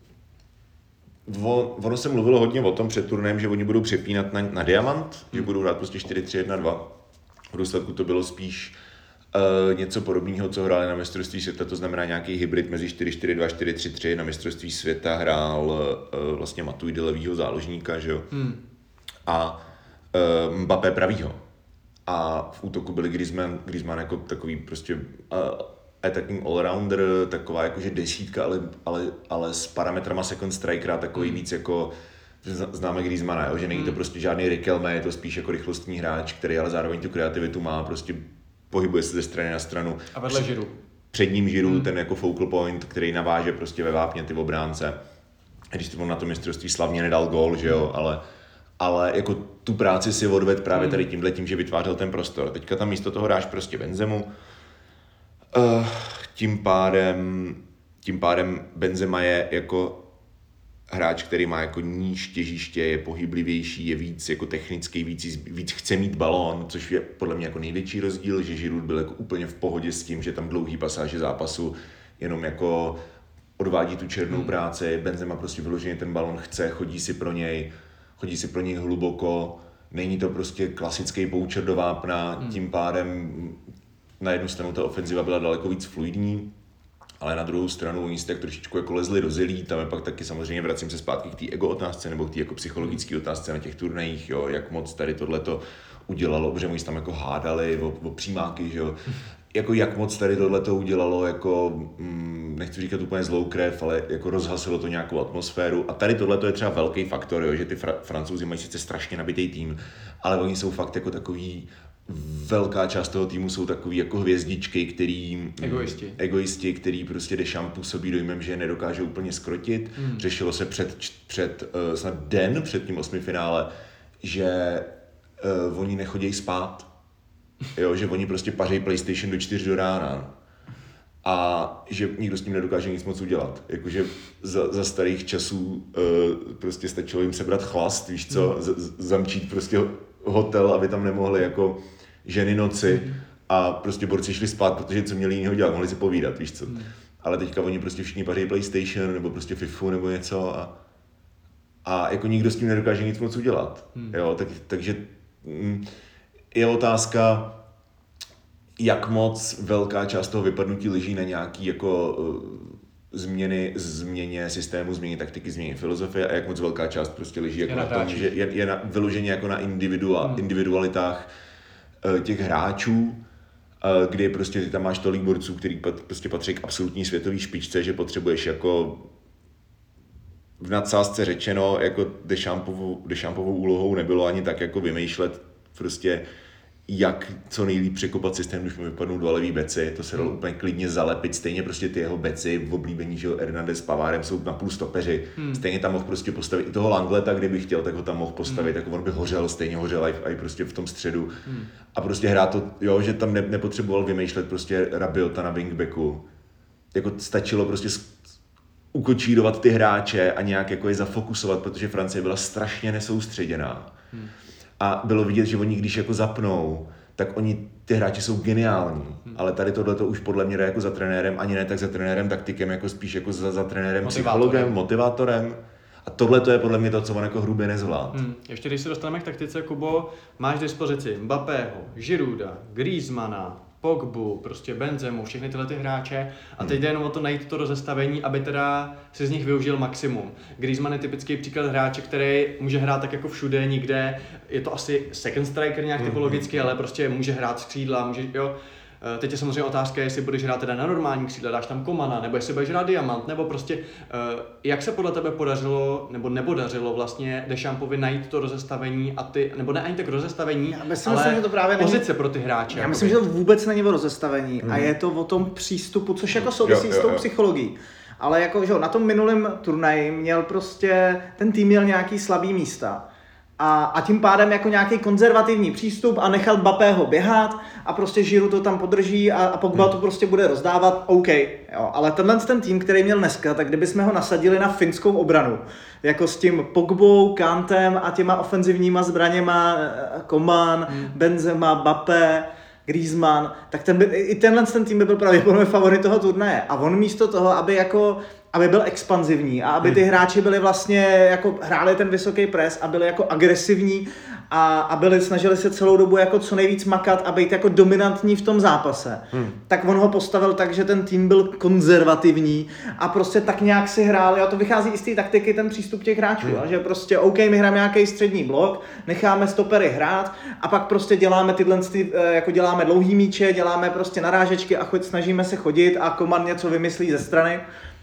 ono se mluvilo hodně o tom před turnajem, že oni budou přepínat na diamant, že budou hrát prostě 4-3-1-2. V důsledku to bylo spíš něco podobného, co hráli na mistrovství světa, to znamená nějaký hybrid mezi 4-4-2, 4-3-3. Na mistrovství světa hrál vlastně Matuidi levýho záložníka, že jo? A Mbappé pravýho. A v útoku byli Griezmann jako takový prostě attacking all-rounder, taková jakože desítka, ale s parametrama second strikera, takový víc jako známe Griezmana, jo? Že není to prostě žádný Riquelme, je to spíš jako rychlostní hráč, který ale zároveň tu kreativitu má, prostě pohybuje se ze strany na stranu. A vedle Giroud. Před ním Giroud, ten jako focal point, který naváže prostě ve vápně ty obránce. Když on na to mistrovství slavně nedal gól, že jo, ale jako tu práci si odvedl právě tady tím, že vytvářel ten prostor. Teďka tam místo toho dáš prostě Benzemu. Tím pádem Benzema je jako hráč, který má jako níž těžiště, je pohyblivější, je víc jako technický, víc chce mít balón, což je podle mě jako největší rozdíl, že Giroud byl jako úplně v pohodě s tím, že tam dlouhý pasáže zápasu jenom jako odvádí tu černou práci, Benzema prostě vyloženě ten balón chce, chodí si pro něj hluboko, není to prostě klasický poučer do vápna, tím pádem na jednu stranu ta ofenziva byla daleko víc fluidní, ale na druhou stranu oni si tak trošičku jako lezli do zelí, tam je pak taky samozřejmě vracím se zpátky k té ego otázce nebo k té jako psychologické otázce na těch turnajích, jo, jak moc tady tohleto udělalo, protože oni se tam jako hádali o přímáky, že jo. Jako jak moc tady tohleto udělalo, jako nechci říkat úplně zlou krev, ale jako rozhasilo to nějakou atmosféru a tady tohleto je třeba velký faktor, jo, že ty Francouzi mají sice strašně nabitý tým, ale oni jsou fakt jako takový, velká část toho týmu jsou takový jako hvězdičky, který egoisti, který prostě Deschamps působí dojmem, že je nedokáže úplně skrotit. Řešilo se před snad den před tím 8. finále, že oni nechodí spát. Jo, že oni prostě pařejí PlayStation do 4 do rána. A že nikdo s tím nedokáže nic moc udělat. Jakože za starých časů prostě stačilo jim sebrat chlast, víš co, zamčít prostě hotel, aby tam nemohli jako ženy noci a prostě borci šli spát, protože co měli jiného dělat, mohli si povídat, víš co. Ale teďka oni prostě všichni paří PlayStation nebo prostě FIFU nebo něco a jako nikdo s tím nedokáže nic moc udělat. Jo, takže je otázka, jak moc velká část toho vypadnutí leží na nějaký jako změně systému, změně taktiky, změně filozofie a jak moc velká část prostě leží jako na tom, že je vyloženě jako na individualitách těch hráčů, kdy prostě ty tam máš tolik borců, který prostě patří k absolutní světové špičce, že potřebuješ jako v nadsázce řečeno, jako Deschampovou úlohou nebylo ani tak jako vymýšlet prostě jak co nejlíp překopat systém, když mu vypadnou 2 levý beci, to se dalo úplně klidně zalepit, stejně prostě ty jeho beci v oblíbení, že Hernandez s Pavárem jsou napůl stopeři, stejně tam mohl prostě postavit i toho Langleta, kdyby chtěl, tak ho tam mohl postavit, jako on by stejně hořel i prostě v tom středu a prostě hrát to, jo, že tam nepotřeboval vymýšlet prostě Rabiota na wingbacku, jako stačilo prostě ukočírovat ty hráče a nějak jako je zafokusovat, protože Francie byla strašně nesoustředěná. A bylo vidět, že oni když jako zapnou, tak oni, ty hráči jsou geniální, ale tady tohleto už podle mě jde jako za trenérem, ani ne tak za trenérem taktikem, jako spíš jako za trenérem psychologem, motivátorem. A tohle to je podle mě to, co on jako hrubě nezvlád. Ještě když se dostaneme k taktice, Kubo, máš k dispozici Mbappého, Girouda, Griezmana, Pogbu, prostě Benzemu, všechny tyhle ty hráče a teď jde jenom o to najít to rozestavení, aby teda si z nich využil maximum. Griezmann je typický příklad hráče, který může hrát tak jako všude, nikde, je to asi second striker nějak typologicky, ale prostě může hrát z křídla, může, jo. Teď je samozřejmě otázka, jestli budeš hrát teda na normální křídle, dáš tam Komana, nebo jestli budeš hrát Diamant, nebo prostě jak se podle tebe podařilo, nebo nepodařilo vlastně Deschampovi najít to rozestavení a ty, nebo ne ani tak rozestavení, ale že to právě pozice pro ty hráče. Já myslím, že to vůbec není o rozestavení a je to o tom přístupu, což jako souvisí s tou psychologií. Ale jako, že na tom minulém turnaji měl prostě, ten tým měl nějaký slabý místa. A tím pádem jako nějaký konzervativní přístup a nechal Mbappého běhat a prostě Giroud to tam podrží a Pogba to prostě bude rozdávat, OK. Jo. Ale ten tým, který měl dneska, tak kdybychom ho nasadili na finskou obranu, jako s tím Pogbou, Kantem a těma ofenzivníma zbraněma, Coman, Benzema, Mbappé, Griezmann, tak tenhle tým by byl pravděpodobně favorit toho turnaje. A on místo toho, aby byl expanzivní a aby ty hráči byli vlastně jako hráli ten vysoký pres a byli jako agresivní a snažili se celou dobu jako co nejvíc makat a být jako dominantní v tom zápase. Tak on ho postavil tak, že ten tým byl konzervativní a prostě tak nějak si hrál, to vychází i z té taktiky, ten přístup těch hráčů, že prostě OK, my hrajeme nějaký střední blok, necháme stopery hrát a pak prostě děláme jako děláme dlouhý míče, děláme prostě narážečky a snažíme se chodit a Coman něco vymyslí ze strany.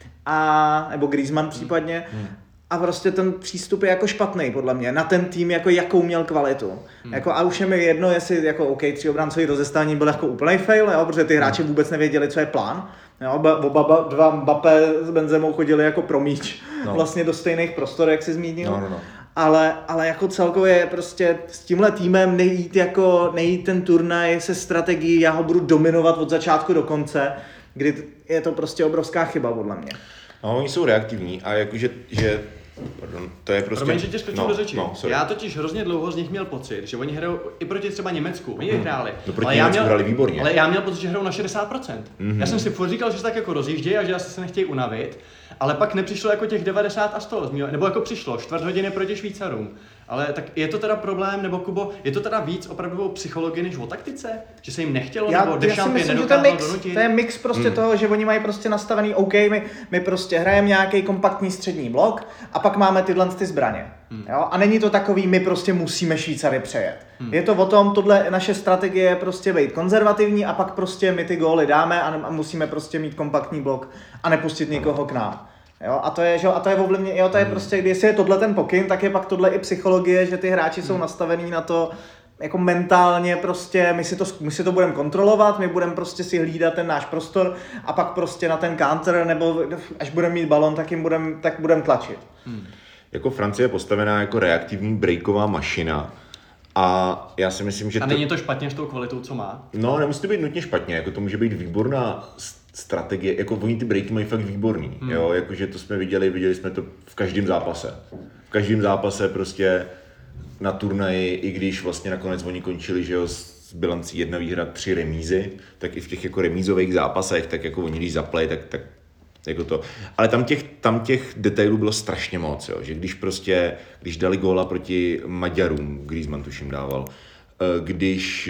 Nebo Griezmann případně. A prostě ten přístup je jako špatný podle mě na ten tým, jako jakou měl kvalitu. Jako, a už je mi jedno, jestli jako OK, 3 obrancový rozestání byl jako úplný fail, jo, protože ty hráči vůbec nevěděli, co je plán. Jo, dva Mbappé s Benzemou chodili jako pro míč vlastně do stejných prostor, jak jsi zmínil. No. Ale jako celkově prostě s tímhle týmem nejít ten turnaj se strategií, já ho budu dominovat od začátku do konce, kdy je to prostě obrovská chyba podle mě. No, oni jsou reaktivní a jakože, pardon, to je prostě... Promiň, že tě skočím do řeči. Já totiž hrozně dlouho z nich měl pocit, že oni hrajou i proti třeba Německu, oni hráli. No proti Německu hráli výborně. Ale já měl pocit, že hrajou na 60%. Já jsem si furt říkal, že se tak jako rozjíždějí a že asi se nechtějí unavit, ale pak nepřišlo jako těch 90 a 100, nebo jako přišlo 4 hodiny proti Švýcarům. Ale tak je to teda problém, nebo Kubo, je to teda víc opravdu o psychologii než o taktice? Že se jim nechtělo, nebo Deschamps je nedokázal donutit? To je mix prostě toho, že oni mají prostě nastavený OK, my prostě hrajeme nějaký kompaktní střední blok a pak máme tyhle ty zbraně. Jo? A není to takový, my prostě musíme Švýcary přejet. Je to o tom, tohle naše strategie je prostě být konzervativní a pak prostě my ty góly dáme a musíme prostě mít kompaktní blok a nepustit nikoho k nám. Jo, a to je ovlivnění, to je prostě, když je tohle ten pokyn, tak je pak tohle i psychologie, že ty hráči jsou nastavení na to, jako mentálně prostě, my si to budeme kontrolovat, my budeme prostě si hlídat ten náš prostor a pak prostě na ten counter, nebo až budeme mít balon, tak budeme tlačit. Jako Francie je postavená jako reaktivní breaková mašina. A já si myslím, že a není to špatně s tou kvalitou, co má? No, nemusí to být nutně špatně, jako to může být výborná strategie, jako oni ty breaky mají fakt výborný, jo, jakože to jsme viděli jsme to v každém zápase. V každém zápase prostě na turnaji, i když vlastně nakonec oni končili, že jo, s bilancí 1 výhra, 3 remízy, tak i v těch jako remízových zápasech, tak jako oni když zaplay, tak jako to. Ale tam těch detailů bylo strašně moc, jo, že když dali góla proti Maďarům, Griezmann tuším dával, když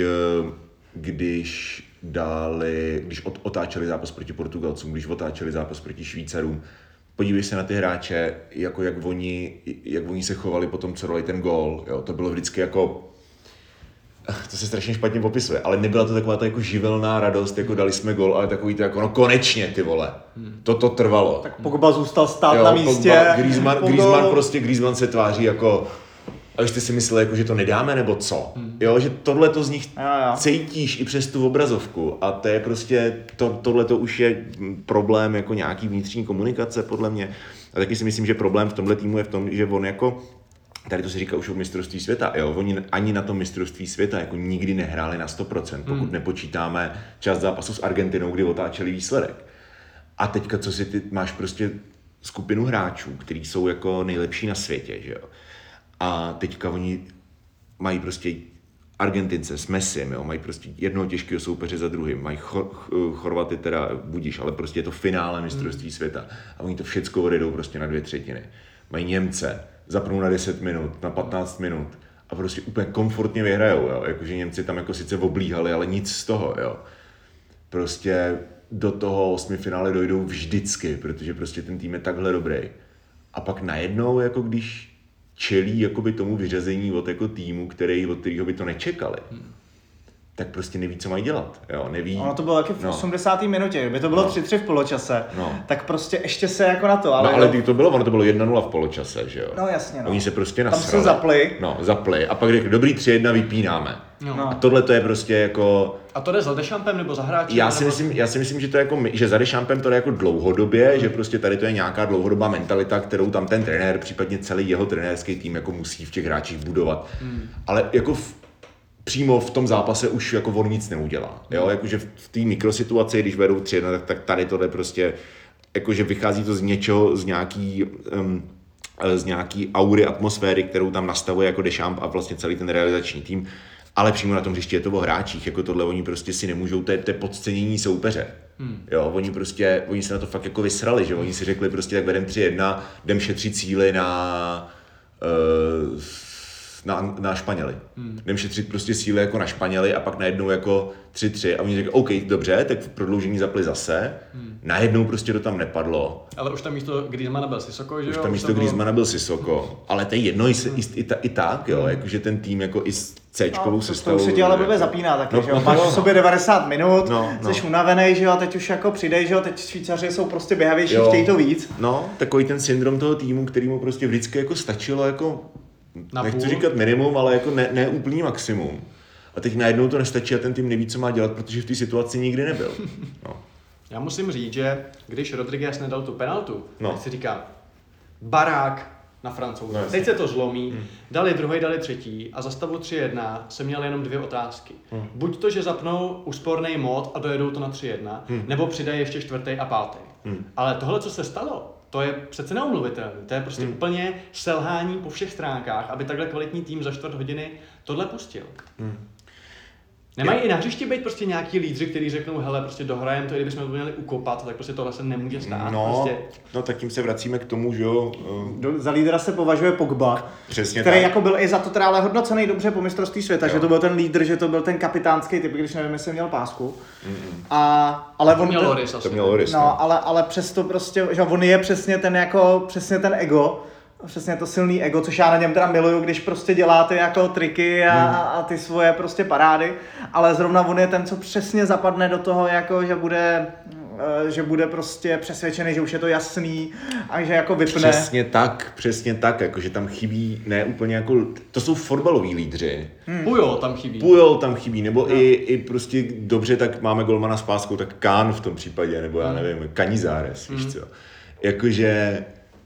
otáčeli zápas proti Portugalcům, když otáčeli zápas proti Švýcarům, podívej se na ty hráče, jako jak oni se chovali po tom, co dali ten gól, jo, to bylo vždycky jako, to se strašně špatně popisuje, ale nebyla to taková ta jako živelná radost, jako dali jsme gól, ale takový to jako, no konečně ty vole, to trvalo. Tak Pogba zůstal stát na místě. Griezmann se tváří jako, a už jste si mysleli, jako, že to nedáme, nebo co? Jo, že tohle to z nich cítíš i přes tu obrazovku a to je prostě, tohle to už je problém jako nějaký vnitřní komunikace, podle mě. A taky si myslím, že problém v tomhle týmu je v tom, že on jako, tady to se říká už o mistrovství světa, jo, oni ani na tom mistrovství světa jako nikdy nehráli na 100%, pokud nepočítáme část zápasu s Argentinou, kdy otáčeli výsledek. A teďka, co si ty máš prostě skupinu hráčů, kteří jsou jako nejlepší na světě, že jo. A teďka oni mají prostě Argentince s Messim, jo, mají prostě jednoho těžkého soupeře za druhým, mají Chorvaty teda budíš, ale prostě je to finále mistrovství světa a oni to všecko odjedou prostě na 2/3. Mají Němce, zapnou na 10 minut, na 15 minut a prostě úplně komfortně vyhrajou, jo, jakože Němci tam jako sice oblíhali, ale nic z toho, jo. Prostě do toho 8. finále dojdou vždycky, protože prostě ten tým je takhle dobrý. A pak najednou, jako když čelí jakoby tomu vyřazení od jako týmu, od kterého by to nečekali, tak prostě neví, co mají dělat. Jo, neví. Ono to bylo taky v 80. minutě, kdyby to bylo 3-3 v poločase, tak prostě ještě se jako na to. Ale ale to bylo 1-0 v poločase, že jo. No jasně, no. Oni se prostě tam nasrali. se zapli. No, zapli. A pak řekli, dobrý 3-1, vypínáme. No. A tohle to je prostě jako... A to jde za Dechampem nebo za hráčem? Já si myslím, že to je jako, že za Dechampem to je jako dlouhodobě, že prostě tady to je nějaká dlouhodobá mentalita, kterou tam ten trenér, případně celý jeho trenérský tým jako musí v těch hráčích budovat. Ale jako přímo v tom zápase už jako on nic neudělá. Jo? Jakože v té mikrosituaci, když vedou 3-1, tak tady tohle prostě, jakože vychází to z něčeho, z nějaký aury, atmosféry, kterou tam nastavuje jako Deschamps a vlastně celý ten realizační tým. Ale přímo na tom hřišti je to o hráčích, jako tohle oni prostě si nemůžou, to je podcenění soupeře. Jo, oni se na to fakt jako vysrali, že oni si řekli prostě tak vedem 3-1, jdem šetřit síly na Španěli. Jdem šetřit prostě síly jako na Španěli a pak najednou jako 3-3 a oni řekli, OK, dobře, tak v prodloužení zapli zase. Najednou prostě to tam nepadlo. Ale už tam místo Griezmana byl Sissoko, že jo? Už tam místo Griezmana byl Sissoko. Ale to je jedno i tak, jo, jakože ten tým jako i s C-čkovou sestavou. To už se ti ale blbě zapíná taky, že jo? Máš v sobě 90 minut, jsi unavený, že jo, a teď už jako přijdeš, že jo, teď Švýcaři jsou prostě běhavější, chtějí to víc. No, takový ten syndrom toho týmu, kterýmu prostě vždycky jako stačilo jako, nechci říkat minimum, ale jako ne úplný maximum. A teď najednou to nestačí a ten tým neví, co má dělat, protože v té situaci nikdy nebyl. No. Já musím říct, že když Rodriguez nedal tu penaltu, tak si říká, barák na Francouze. Teď se to zlomí, dali druhý, dali třetí a za stavu 3-1 jsem měl jenom 2 otázky. Buď to, že zapnou úsporný mod a dojedou to na 3-1, nebo přidají ještě 4. a 5. Ale tohle, co se stalo, to je přece neomluvitelné. To je prostě úplně selhání po všech stránkách, aby takhle kvalitní tým za 4 hodiny tohle pustil. Nemají i na hřišti být prostě nějaký lídři, kteří řeknou, hele, prostě dohrajeme to, i kdybychom to měli ukopat, tak prostě tohle se nemůže stát. No tak tím se vracíme k tomu, že jo. Za lídra se považuje Pogba, Přesně který tak. jako byl i za to teda ale hodnocený dobře po mistrovství světa, že to byl ten lídr, že to byl ten kapitánský typ, když nevím, jestli měl pásku. Ale on měl Loris asi. To měl Loris, ale přesto prostě, že on je přesně ten ego, přesně to silný ego, což já na něm teda miluju, když prostě dělá ty jako triky a ty svoje prostě parády, ale zrovna on je ten, co přesně zapadne do toho, jako že bude prostě přesvědčený, že už je to jasný a že jako vypne. Přesně tak, jakože tam chybí, ne úplně jako, to jsou fotbaloví lídři. Pujol tam chybí, nebo i prostě dobře, tak máme golmana s páskou, tak Kán v tom případě, nebo já nevím, Canizares, víš co. Jakože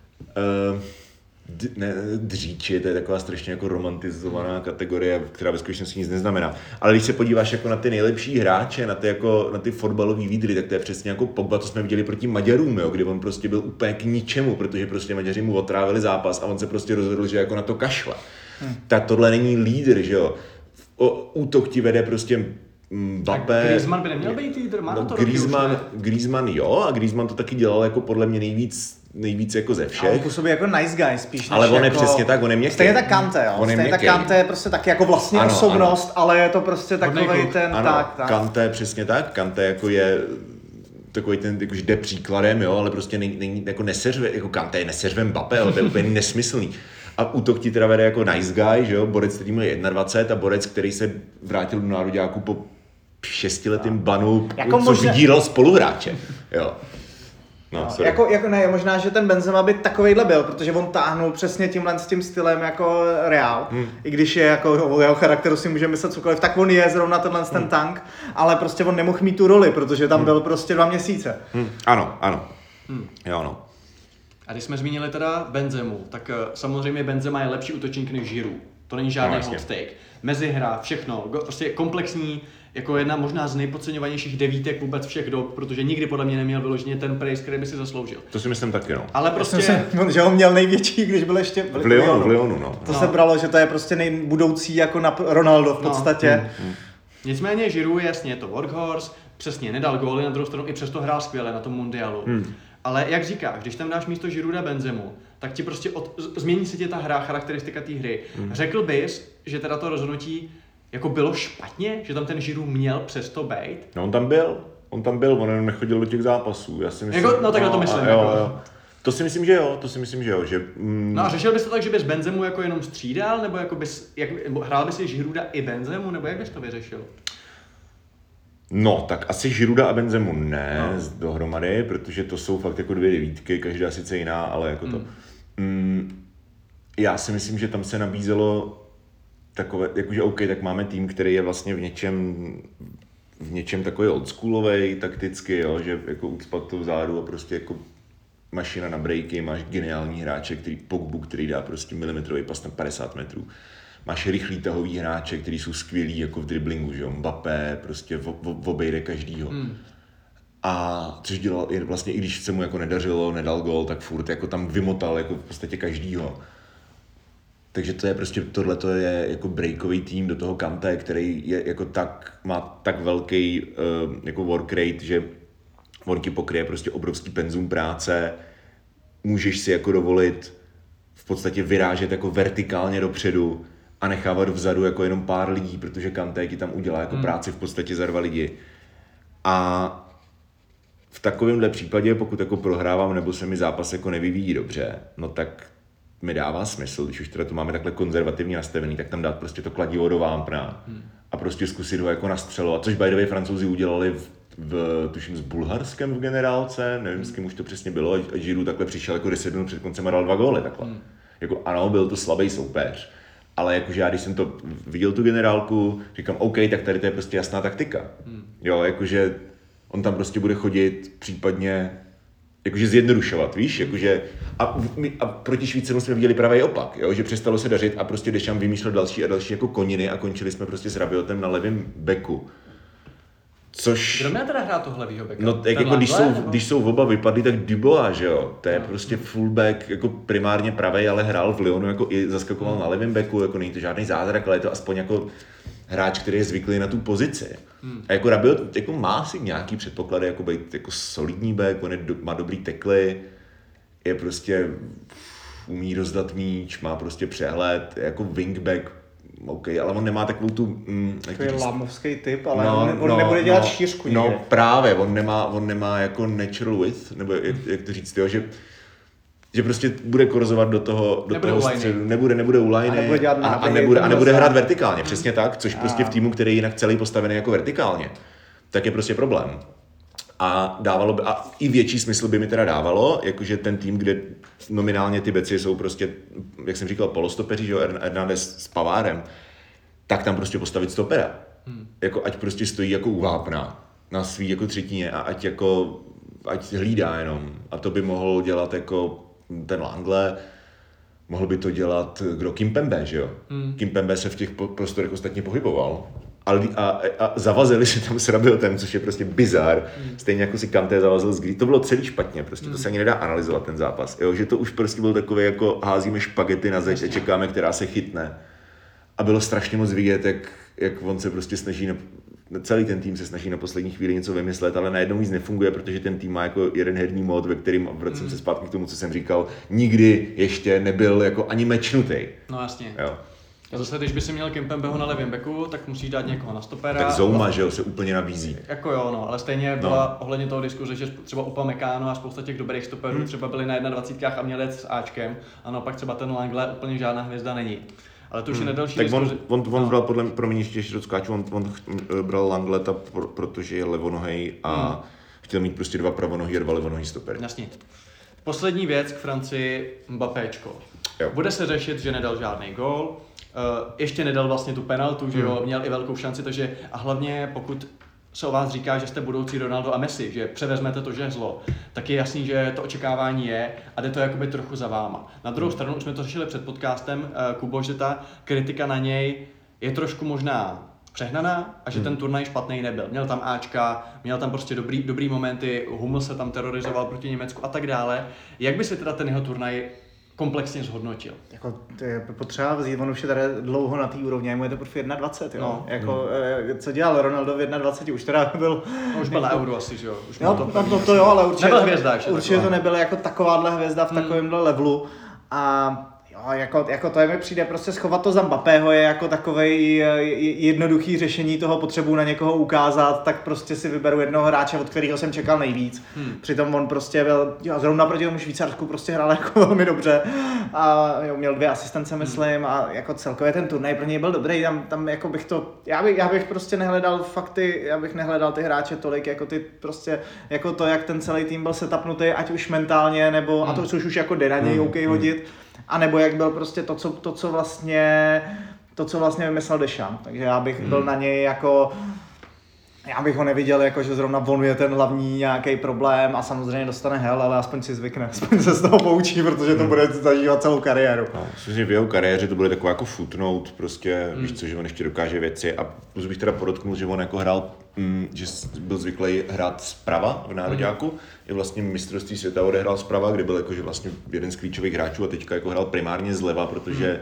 dříči, to je taková strašně jako romantizovaná kategorie, která ve skutečnosti nic neznamená. Ale když se podíváš jako na ty nejlepší hráče, na ty fotbalový lídry, tak to je přesně jako Pogba, to jsme viděli proti Maďarům, jo, kdy on prostě byl úplně k ničemu, protože prostě Maďaři mu otrávili zápas a on se prostě rozhodl, že jako na to kašle. Tak tohle není lídr, že jo. Útok ti vede prostě Mbappé. Griezmann by neměl být lídr, má to Griezmann jo, a Griezmann to taky dělal jako podle mě nejvíc jako ze všech. Ale on působí jako nice guy spíš. Ale on je jako... přesně tak, on je měkký. Stejně tak Kanté, jo. Stejně tak Kanté je prostě taky jako vlastně osobnost, ale je to prostě takovej ten tak. Kanté přesně tak, Kanté jako je takový ten, jakože jde příkladem, jo, ale prostě není jako neseřve, jako Kanté neseřve Mbappé, ale to je úplně nesmyslný. A útok ti teda vede jako nice guy, že jo, borec, který mu je 21 a borec, který se vrátil do nároďáku po 6letým banu, jako co vydíral spoluhráče, jo. No, možná, že ten Benzema by takovejhle byl, protože on táhnul přesně tímhle s tím stylem jako Real. I když je jako o jeho charakteru si můžeme myslet cokoliv, tak on je zrovna ten tank, ale prostě on nemohl mít tu roli, protože tam byl prostě 2 měsíce. Ano. Jo, no. A když jsme zmínili teda Benzemu, tak samozřejmě Benzema je lepší útočník než Giroud. To není žádný No, hot take. Mezihra, všechno, prostě komplexní, jako jedna možná z nejpodceňovanějších devítek vůbec všech dob, protože nikdy podle mě neměl vyloženě ten praise, který by si zasloužil. To si myslím taky, no. Ale prostě... že ho měl největší, když byl ještě V Lyonu, no. To se bralo, že to je prostě nejbudoucí jako na Ronaldo v podstatě. Nicméně Giroud, jasně, je to workhorse, přesně, nedal góly, na druhou stranu i přesto hrál skvěle na tom mundialu. Ale jak říkáš, když tam dáš místo Girouda Benzemu, tak ti prostě změní se ti ta hra, charakteristika té hry. Řekl bys, že teda to rozhodnutí jako bylo špatně, že tam ten Giroud měl přesto bejt? No on tam byl, on nechodil do těch zápasů, já si myslím. Jako, no tak na to myslím. Jo. To si myslím, že jo, že... No a řešil bys to tak, že bys Benzemu jako jenom střídal, nebo jako bys, hrál bys si Girouda i Benzemu, nebo jak bys to vyřešil? No, tak asi Girouda a Benzemu ne dohromady, protože to jsou fakt jako dvě devítky, každá sice jiná, ale jako to. Já si myslím, že tam se nabízelo takové, jakože OK, tak máme tým, který je vlastně v něčem takový oldschoolovej takticky, jo, že jako ucpat to vzadu a prostě jako mašina na breaky, máš geniální hráče, Pogbu, který dá prostě milimetrový pas na 50 metrů. Máš rychlý tahový hráče, kteří jsou skvělí jako v driblingu, že jo, Mbappé, prostě obejde každýho. A což dělal vlastně, i když se mu jako nedařilo, nedal gól, tak furt jako tam vymotal jako v podstatě každýho. Takže to je prostě, tohleto je jako breakový tým do toho Kanté, který je jako má tak velký jako work rate, že on ti pokryje prostě obrovský penzum práce, můžeš si jako dovolit v podstatě vyrážet jako vertikálně dopředu a nechávat vzadu jako jenom pár lidí, protože Kanté ti tam udělá jako práci v podstatě za 2 lidi. A v takovémhle případě, pokud jako prohrávám nebo se mi zápas jako nevyvíjí dobře, no tak mi dává smysl, když už teda to máme takhle konzervativně nastavený, tak tam dát prostě to kladivo do vápna a prostě zkusit ho jako nastřelovat, což by the way Francouzi udělali tuším s Bulharskem v generálce, nevím s kým už to přesně bylo, a Giroud takhle přišel jako 10 minut před koncem a dal 2 góly takhle. Jako ano, byl to slabý soupeř, ale jakože já když jsem to viděl tu generálku, říkám OK, tak tady to je prostě jasná taktika. Jo, jakože on tam prostě bude chodit, případně jakože zjednodušovat, víš, jakože a proti Švýcarům jsme viděli pravý opak, jo, že přestalo se dařit a prostě Deschamps vymýšlel další a další jako koniny a končili jsme prostě s Rabiotem na levém beku. Což... Kdo měl teda hrát toho levýho beka? No tak jako když jsou oba vypadli, tak Dubois, že jo, to je prostě fullback, jako primárně pravej, ale hrál v Lyonu, jako i zaskakoval na levém beku, jako není to žádný zázrak, ale je to aspoň jako hráč, který je zvyklý na tu pozici. A jako Rabiot jako má si nějaký předpoklady, jako být jako solidní back, on má dobrý tekly, je prostě umí rozdat míč, má prostě přehled, jako wingback, OK, ale on nemá takovou tu... Takový lámovský typ, ale on nebude dělat šířku nikde. No právě, on nemá jako natural width, nebo jak to říct, jo, že prostě bude korzovat do toho středu, nebude u liney a nebude hrát vertikálně, přesně tak, což prostě v týmu, který je jinak celý postavený jako vertikálně, tak je prostě problém. A i větší smysl by mi teda dávalo, jakože ten tým, kde nominálně ty beci jsou prostě, jak jsem říkal, polostopeři, že jo, Hernández s Pavárem, tak tam prostě postavit stopera. Jako ať prostě stojí jako u vápna na svý jako třetině a ať hlídá jenom. A to by mohl dělat jako ten Langle, mohl by to dělat Kimpembe, že jo? Kimpembe se v těch prostorech ostatně pohyboval. A zavazili se tam s Rabiotem, což je prostě bizar. Stejně jako si Kanté zavazil s Gris. To bylo celý špatně, prostě to se ani nedá analyzovat ten zápas. Jo? Že to už prostě byl takový, jako házíme špagety na zeď a čekáme, která se chytne. A bylo strašně moc vidět, jak on se prostě snaží, celý ten tým se snaží na poslední chvíli něco vymyslet, ale najednou nic nefunguje, protože ten tým má jako jeden herní mód, ve kterým vracím se zpátky k tomu, co jsem říkal, nikdy ještě nebyl jako ani mečnutý. No jasně. Jo. A zase, když by si měl Kimpembeho na levém beku, tak musíš dát někoho na stopera. Tak Zouma, že jo, se úplně nabízí. Jako jo, no, ale stejně byla ohledně toho diskuze, že třeba Upamecano a spousta těch dobrých stoperů třeba byli na 21 a měli jet s Ačkem, a naopak třeba ten Langle úplně žádná hvězda není. Ale to už je na další diskuzi. On bral promiň, ještě do skáču, on bral Langleta, protože je levonohej a chtěl mít prostě 2 pravonohý a 2 levonohý stopery. Jasně. Poslední věc k Francii, Mbappéčko. Bude se řešit, že nedal žádný gól. Ještě nedal vlastně tu penaltu, že jo, měl i velkou šanci, takže a hlavně pokud se o vás říká, že jste budoucí Ronaldo a Messi, že převezmete to žezlo, tak je jasný, že to očekávání je a jde to jakoby trochu za váma. Na druhou stranu, už jsme to řešili před podcastem, Kubo, že ta kritika na něj je trošku možná přehnaná a že ten turnaj špatný nebyl. Měl tam Ačka, měl tam prostě dobrý momenty, Hummel se tam terorizoval proti Německu a tak dále. Jak by se teda ten jeho turnaj komplexně zhodnotil? Jako, to je potřeba vzít, on už je tady dlouho na té úrovni, mu je to prostě 21, jo. No. Jako, co dělal Ronaldo v 21, už teda byl... No, už byl na Euro asi, že jo? Už Jo, to jo, ale určitě, nebyl hvězda ještě určitě taková. to nebyla jako takováhle hvězda v takovémhle levelu. A jo, jako to je mi přijde prostě schovat to za Mbappého je jako takovej jednoduchý řešení toho, potřebu na někoho ukázat, tak prostě si vyberu jednoho hráče, od kterého jsem čekal nejvíc. Přitom on prostě byl, jo, zrovna proti tomu Švýcarsku prostě hrál jako velmi dobře a jo, měl 2 asistence, myslím, a jako celkově ten turnaj pro něj byl dobrý, tam jako bych to, já bych prostě nehledal fakty, já bych nehledal ty hráče tolik, jako ty prostě, jako to, jak ten celý tým byl setupnutý, ať už mentálně, nebo, a to což už jako jde na něj OK hodit, a nebo jak byl prostě to, co vlastně vymyslel Deschamps. Takže já bych byl na něj jako, já bych ho neviděl jako, že zrovna on je ten hlavní nějaký problém a samozřejmě dostane hell, ale aspoň si zvykne, aspoň se z toho poučí, protože to bude zažívat celou kariéru. No, myslím, že v jeho kariéře to bude taková jako footnote, prostě víš co, že on ještě dokáže věci a plus bych teda podotknul, že on jako hrál, že byl zvyklý hrát zprava v nároďáku, i vlastně mistrovství světa odehrál zprava, kde byl jakože vlastně jeden z klíčových hráčů a teďka jako hrál primárně zleva, protože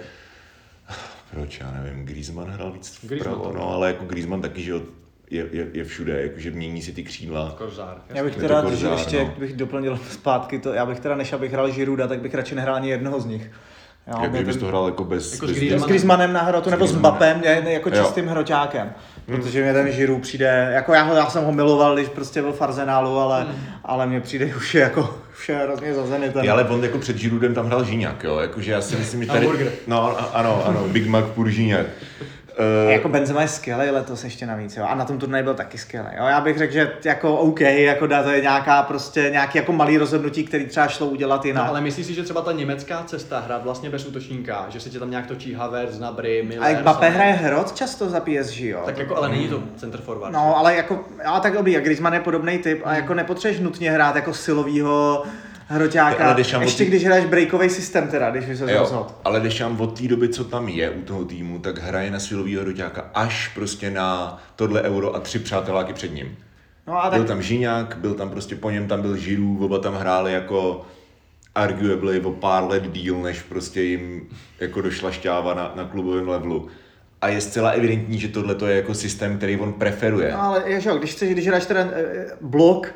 proč, já nevím, Griezmann hrál víc vpravo, no ale jako Griezmann taky, že je všude, jakože mění si ty křídla. Korzár. Já bych Je teda, to Korzár, ještě no. bych doplnil zpátky to, já bych teda, než abych hrál Girouda, tak bych radši nehrál ani jednoho z nich. Jo, Jak kdybys to hrál jako bez... Jako bez s S Griezmannem na hrotu, nebo s Mbappem, jako Jo. čistým hroťákem. Protože mě ten Giroud přijde, jako já jsem ho miloval, když prostě byl v Arsenálu, ale mně přijde už jako hrozně zazenitelný. Ale on jako před Giroudem tam hrál Žíňák, jo, jakože já si myslím, že tady... Hamburger. No, ano, Big Mac pur Žíňák. Jako Benzema je skvělej letos ještě navíc, jo. A na tom turnaji byl taky skvělej, jo. Já bych řekl, že jako OK, jako to je nějaký jako malý rozhodnutí, který třeba šlo udělat jinak. No, ale myslíš si, že třeba ta německá cesta hrát vlastně bez útočníka, že se tě tam nějak točí Havertz, Gnabry, Miller, A jak Mbappé Sané? hraje hrot často za PSG, jo. Tak jako, ale není to center forward. No, ale jako, tak dobrý, a Griezmann je podobný typ a jako nepotřebuješ nutně hrát jako silovýho hroťáka, Ale Deschamps ještě když hraješ breakový systém teda, když by se rozhodl. Ale Deschamps od té doby, co tam je u toho týmu, tak hraje na silovýho hroťáka až prostě na tohle Euro a 3 přáteláky před ním. No a Byl tak, tam Žíňák, byl tam prostě po něm, tam byl Giroud, oba tam hráli jako arguably o pár let díl, než prostě jim jako došla šťáva na klubovém levelu. A je zcela evidentní, že tohle je jako systém, který on preferuje. no ale jo, když hraješ teda blok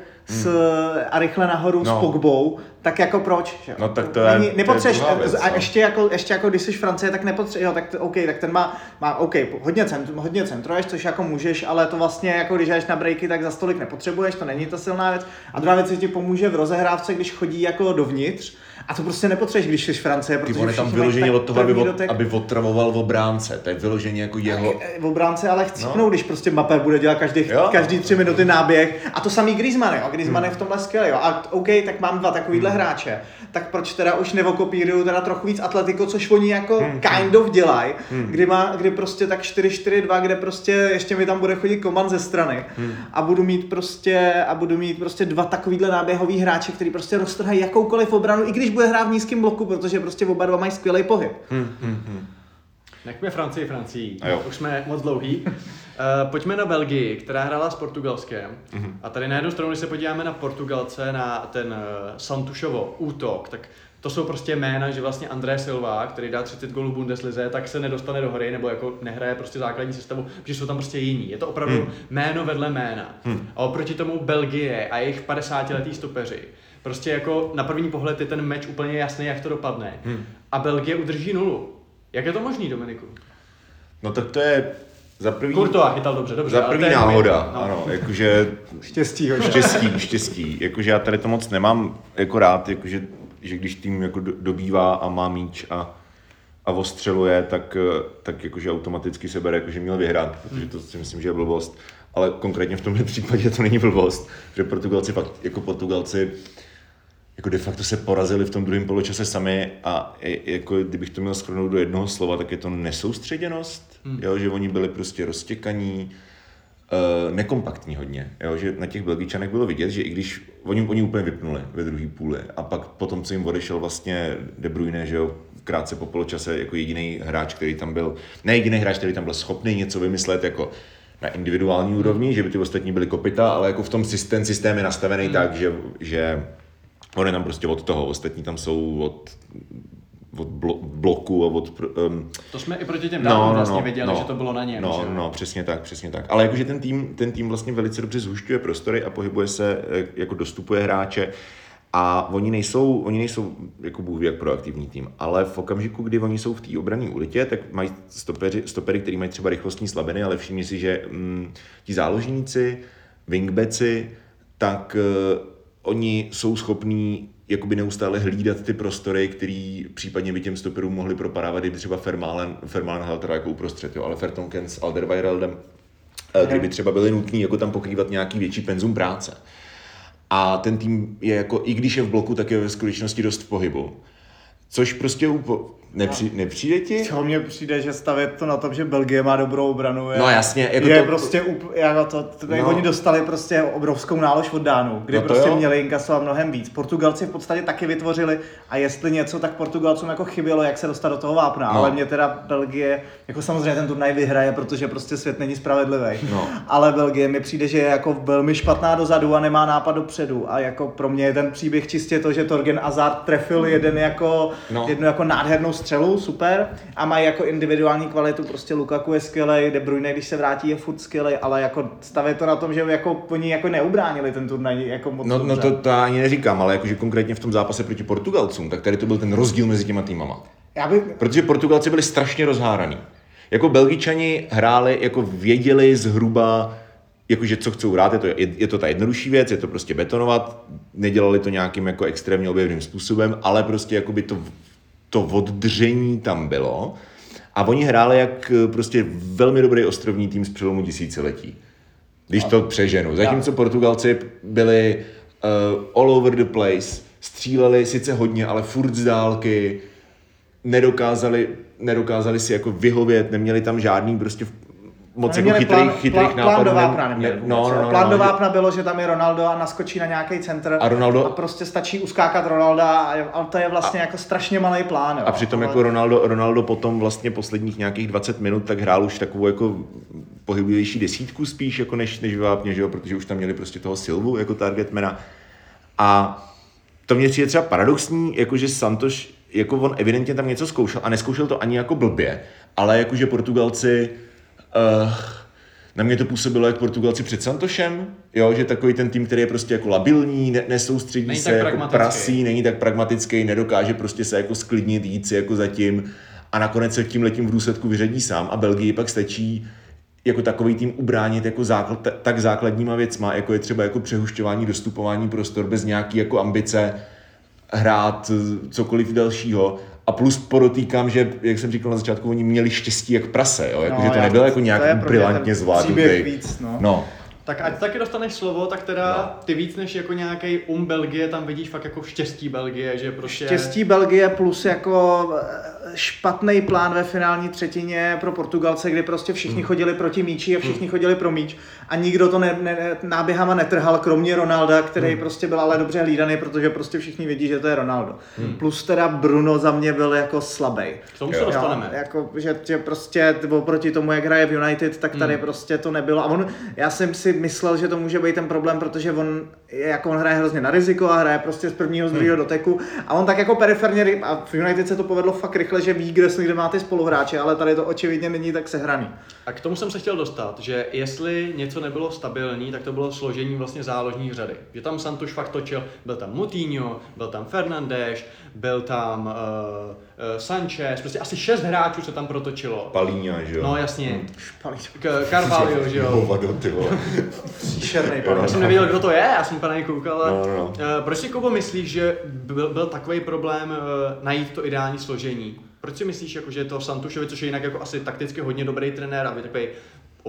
a rychle nahoru s Pogbou, tak jako proč? Že? No tak to je nepotřebuješ, druhá věc, a no. ještě jako když jsi Francie, tak nepotřebuješ, jo, tak OK, tak ten má hodně centruješ, což jako můžeš, ale to vlastně jako když jdeš na breaky, tak za stolik nepotřebuješ, to není ta silná věc. A druhá věc, že ti pomůže v rozehrávce, když chodí jako dovnitř, a to prostě nepotřebuješ, když jsi Francie, protože On je tam všichni mají vyloženě tak od toho, první dotek. aby otravoval v obránce. To je vyloženě jako jeho... V obránce ale chcípnou, když prostě Mbappé bude dělat každý 3 minuty náběh. A to samý Griezmann, jo. Griezmann je v tomhle skvělý, jo. A OK, tak mám 2 takovýhle hráče. Tak proč teda už nevokopíruju teda trochu víc Atletico, což oni jako kind of dělají, kdy prostě tak 4-4-2, kde prostě ještě mi tam bude chodit Coman ze strany. A budu mít prostě 2 takovýhle náběhový hráče, který prostě roztrhají jakoukoliv obranu, i když bude hrát v nízkém bloku, protože prostě oba dva mají skvělý pohyb. Nechme Francii. A jo. Už jsme moc dlouhý. Pojďme na Belgii, která hrála s Portugalskem. A tady na jednu stranu, když se podíváme na Portugalce, na ten Santušovo útok, tak to jsou prostě jména, že vlastně André Silva, který dá 30 gólů v Bundeslize, tak se nedostane do hry, nebo jako nehraje prostě základní sestavu, protože jsou tam prostě jiní. Je to opravdu jméno vedle jména. A oproti tomu Belgie a jejich 50letý stopeři. Prostě jako na první pohled je ten meč úplně jasný, jak to dopadne. A Belgie udrží 0. Jak je to možný, Dominiku? No tak to je za první... Courtois chytal dobře. Za ale první to je náhoda, no. ano, jakože... Štěstí. Jakože já tady to moc nemám jako rád, jakože, že když tým jako dobývá a má míč a ostřeluje, tak jakože automaticky se bere, jakože měl vyhrát, protože to si myslím, že je blbost. Ale konkrétně v tomhle případě to není blbost, že Portugalci jako de facto se porazili v tom druhém poločase sami a jako kdybych to měl shrnout do jednoho slova, tak je to nesoustředěnost, jo, že oni byli prostě roztěkaní, nekompaktní hodně, jo? Že na těch Belgičanech bylo vidět, že i když oni úplně vypnuli ve druhé půli a pak potom, co jim odešel vlastně De Bruyne, že jo, krátce po poločase jako jediný hráč, který tam byl, ne jediný hráč, který tam byl schopný něco vymyslet jako na individuální úrovni, že by ty ostatní byli kopyta, ale jako v tom ten systém je nastavený tak, že on je tam prostě od toho, ostatní tam jsou od bloku a od... To jsme i proti těm dávům vlastně viděli, že to bylo na něm. Přesně tak. Ale jakože ten tým vlastně velice dobře zhušťuje prostory a pohybuje se, jako dostupuje hráče a oni nejsou jako bůh ví jak proaktivní tým, ale v okamžiku, kdy oni jsou v té obranné ulitě, tak mají stopery, který mají třeba rychlostní slabiny, ale všimni si, že ti záložníci, wingbacki, tak oni jsou schopní jakoby neustále hlídat ty prostory, který případně by těm stoperům mohli propadávat, kdyby třeba Vermaelen hrál teda jako uprostřed, jo, ale Vertonghen s Alderweireldem, kdyby třeba byly nutný jako tam pokrývat nějaký větší penzum práce. A ten tým je jako, i když je v bloku, tak je ve skutečnosti dost v pohybu. Což prostě nepřijde ti? Co mně přijde, že stavět to na tom, že Belgie má dobrou obranu, no jasně, jako je to, prostě oni dostali prostě obrovskou nálož od Dánů, kdy prostě měli inkasovat mnohem víc. Portugalci v podstatě taky vytvořili a jestli něco, tak Portugalcům jako chybělo, jak se dostat do toho vápna, ale mě teda Belgie, jako samozřejmě ten turnaj vyhraje, protože prostě svět není spravedlivý. Ale Belgie mi přijde, že je jako velmi špatná dozadu a nemá nápad dopředu a jako pro mě je ten příběh čistě to, že Thorgan Hazard trefil jednu jako nádhernou střelu, super, a mají jako individuální kvalitu, prostě Lukaku je skvělej, De Bruyne, když se vrátí, je furt skvělej, ale jako staví to na tom, že jako oni jako neubránili ten turnaj jako moc dobře. To ani neříkám, ale jakože konkrétně v tom zápase proti Portugalcům, tak tady to byl ten rozdíl mezi těma týmama. Protože Portugalci byli strašně rozháraní. Jako Belgičani hráli, jako věděli zhruba, jakože co chcou hrát, je to ta jednodušší věc, je to prostě betonovat, nedělali to nějakým jako extrémně objevným způsobem, ale prostě jakoby to oddržení tam bylo a oni hráli jak prostě velmi dobrý ostrovní tým z přelomu tisíciletí, když to přeženu. Zatímco Portugalci byli all over the place, stříleli sice hodně, ale furt z dálky, nedokázali si jako vyhovět, neměli tam žádný prostě moc jako chytrých nápadů. Plán do vápna neměli. Plán do vápna bylo, že tam je Ronaldo a naskočí na nějaký centr a prostě stačí uskákat Ronalda a to je vlastně jako strašně malý plán. Jo. A přitom jako Ronaldo potom vlastně posledních nějakých 20 minut tak hrál už takovou jako pohyblivější desítku spíš jako než vápně, že jo, protože už tam měli prostě toho Silvu jako targetmana. A to mě přijde třeba paradoxní, jakože Santos, jako on evidentně tam něco zkoušel a neskoušel to ani jako blbě, ale jakože Portugalci na mě to působilo jak Portugalci před Santošem, jo, že takový ten tým, který je prostě jako labilní, nesoustředí se, jako prasí, není tak pragmatický, nedokáže prostě se jako sklidnit, jít si jako zatím a nakonec se tímhletím v důsledku vyřadí sám a Belgii pak stačí jako takový tým ubránit jako tak základníma věcma, jako je třeba jako přehušťování, dostupování prostor bez nějaký jako ambice hrát cokoliv dalšího. A plus podotýkám, že, jak jsem říkal na začátku, oni měli štěstí jak prase, jo? Jako, že to nebylo jako nějak brilantně zvládnutý. No. Tak ať taky dostaneš slovo, tak teda ty víc než jako nějaký Belgie, tam vidíš fakt jako štěstí Belgie, že prostě... Štěstí Belgie plus jako špatný plán ve finální třetině pro Portugalce, kdy prostě všichni chodili proti míči a všichni chodili pro míč a nikdo to náběhama netrhal, kromě Ronalda, který prostě byl ale dobře hlídaný, protože prostě všichni vědí, že to je Ronaldo. Plus teda Bruno za mě byl jako slabý. K tomu se dostaneme. Jako, že prostě oproti tomu, jak hraje v United, tak tady prostě to nebylo. A já jsem si myslel, že to může být ten problém, protože on hraje hrozně na riziko a hraje prostě z prvního, z druhého doteku a on tak jako periferně, a v United se to povedlo fakt rychle, že ví, kde má ty spoluhráče, ale tady to očividně není tak sehraný. A k tomu jsem se chtěl dostat, že jestli něco nebylo stabilní, tak to bylo složení vlastně záložní řady. Že tam Santos fakt točil, byl tam Moutinho, byl tam Fernandes, byl tam Sanchez, prostě asi 6 hráčů se tam protočilo. Palíňa, že jo? No jasně. Carvalho, že jo? Příšernej Já jsem nevěděl, kdo to je, já jsem úplně koukal, ale proč si, Kubo, myslíš, že byl takový problém najít to ideální složení? Proč si myslíš, jako, že to Santušovi, což je jinak jako asi takticky hodně dobrý trenér, aby takový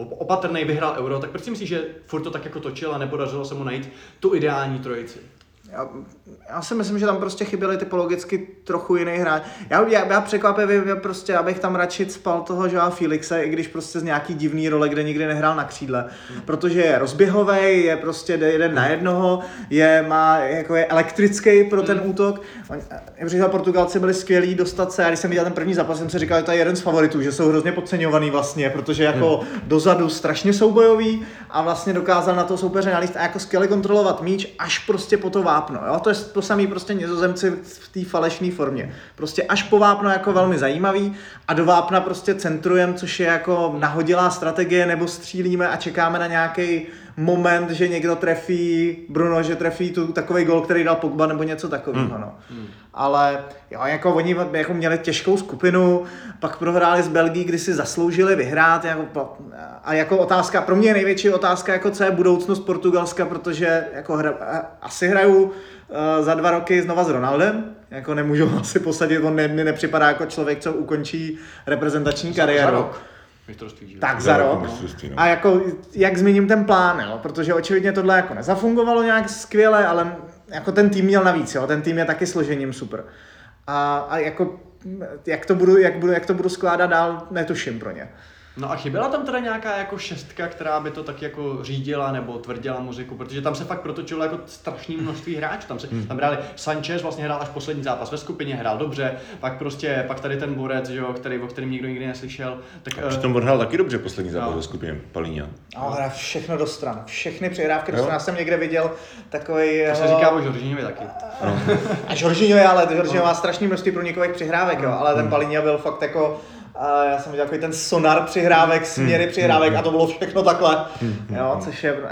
opatrný vyhrál Euro, tak proč si myslíš, že furt to tak jako točil a nepodařilo se mu najít tu ideální trojici? Já si myslím, že tam prostě chyběli typologicky trochu jiný hráč. Já překvapivě prostě, abych tam radši spal toho Joao Felixe, i když prostě z nějaký divný role, kde nikdy nehrál na křídle. Protože je rozběhovej, je prostě jeden na jednoho, je elektrický pro ten útok. Portugalci byli skvělí dostat se, a když jsem viděl ten první zápas, jsem si říkal, že to je jeden z favoritů, že jsou hrozně podceňovaný vlastně, protože jako dozadu strašně soubojový a vlastně dokázal na to soupeře nalíst a jako skvěle kontrolovat míč až prostě po to vápno. Jo? To je to samý prostě Nizozemci v té falešné formě. Prostě až po vápno jako velmi zajímavý a do vápna prostě centrujem, což je jako nahodilá strategie, nebo střílíme a čekáme na nějaký moment, že někdo trefí Bruno, že trefí takový gol, který dal Pogba nebo něco takového. No. Ale jo, jako oni jako měli těžkou skupinu, pak prohráli s Belgií, kdy si zasloužili vyhrát. A jako otázka, pro mě je největší otázka, jako co je budoucnost Portugalska, protože jako asi hrajou za 2 roky znova s Ronaldem, jako nemůžu asi posadit, on mi nepřipadá jako člověk, co ukončí reprezentační kariéru. Tak za rok. A jako, jak změním ten plán, jo? Protože očividně tohle jako nezafungovalo nějak skvěle, ale jako ten tým měl navíc, jo? Ten tým je taky složením super. A jako, jak to budu skládat dál, netuším pro ně. No a chyběla tam teda nějaká jako šestka, která by to tak jako řídila nebo tvrdila muziku, protože tam se fakt protočilo jako strašný množství hráčů, tam hráli Sanchez, vlastně hrál až poslední zápas ve skupině, hrál dobře, pak tady ten borec, jo, o kterém nikdo nikdy neslyšel. Tak, a přitom on hrál taky dobře poslední zápas ve skupině, Palhinha. A hrál všechno do stran, všechny přihrávky do stran, jsem někde viděl takový. To se říká o Jorginhovi taky. No. A Jorginho, ale Jorginho má strašný množství průnikových přihrávek, jo, ale ten Palhinha byl fakt jako. A já jsem viděl takový ten sonar přihrávek, směry přihrávek a to bylo všechno takhle, jo, což je,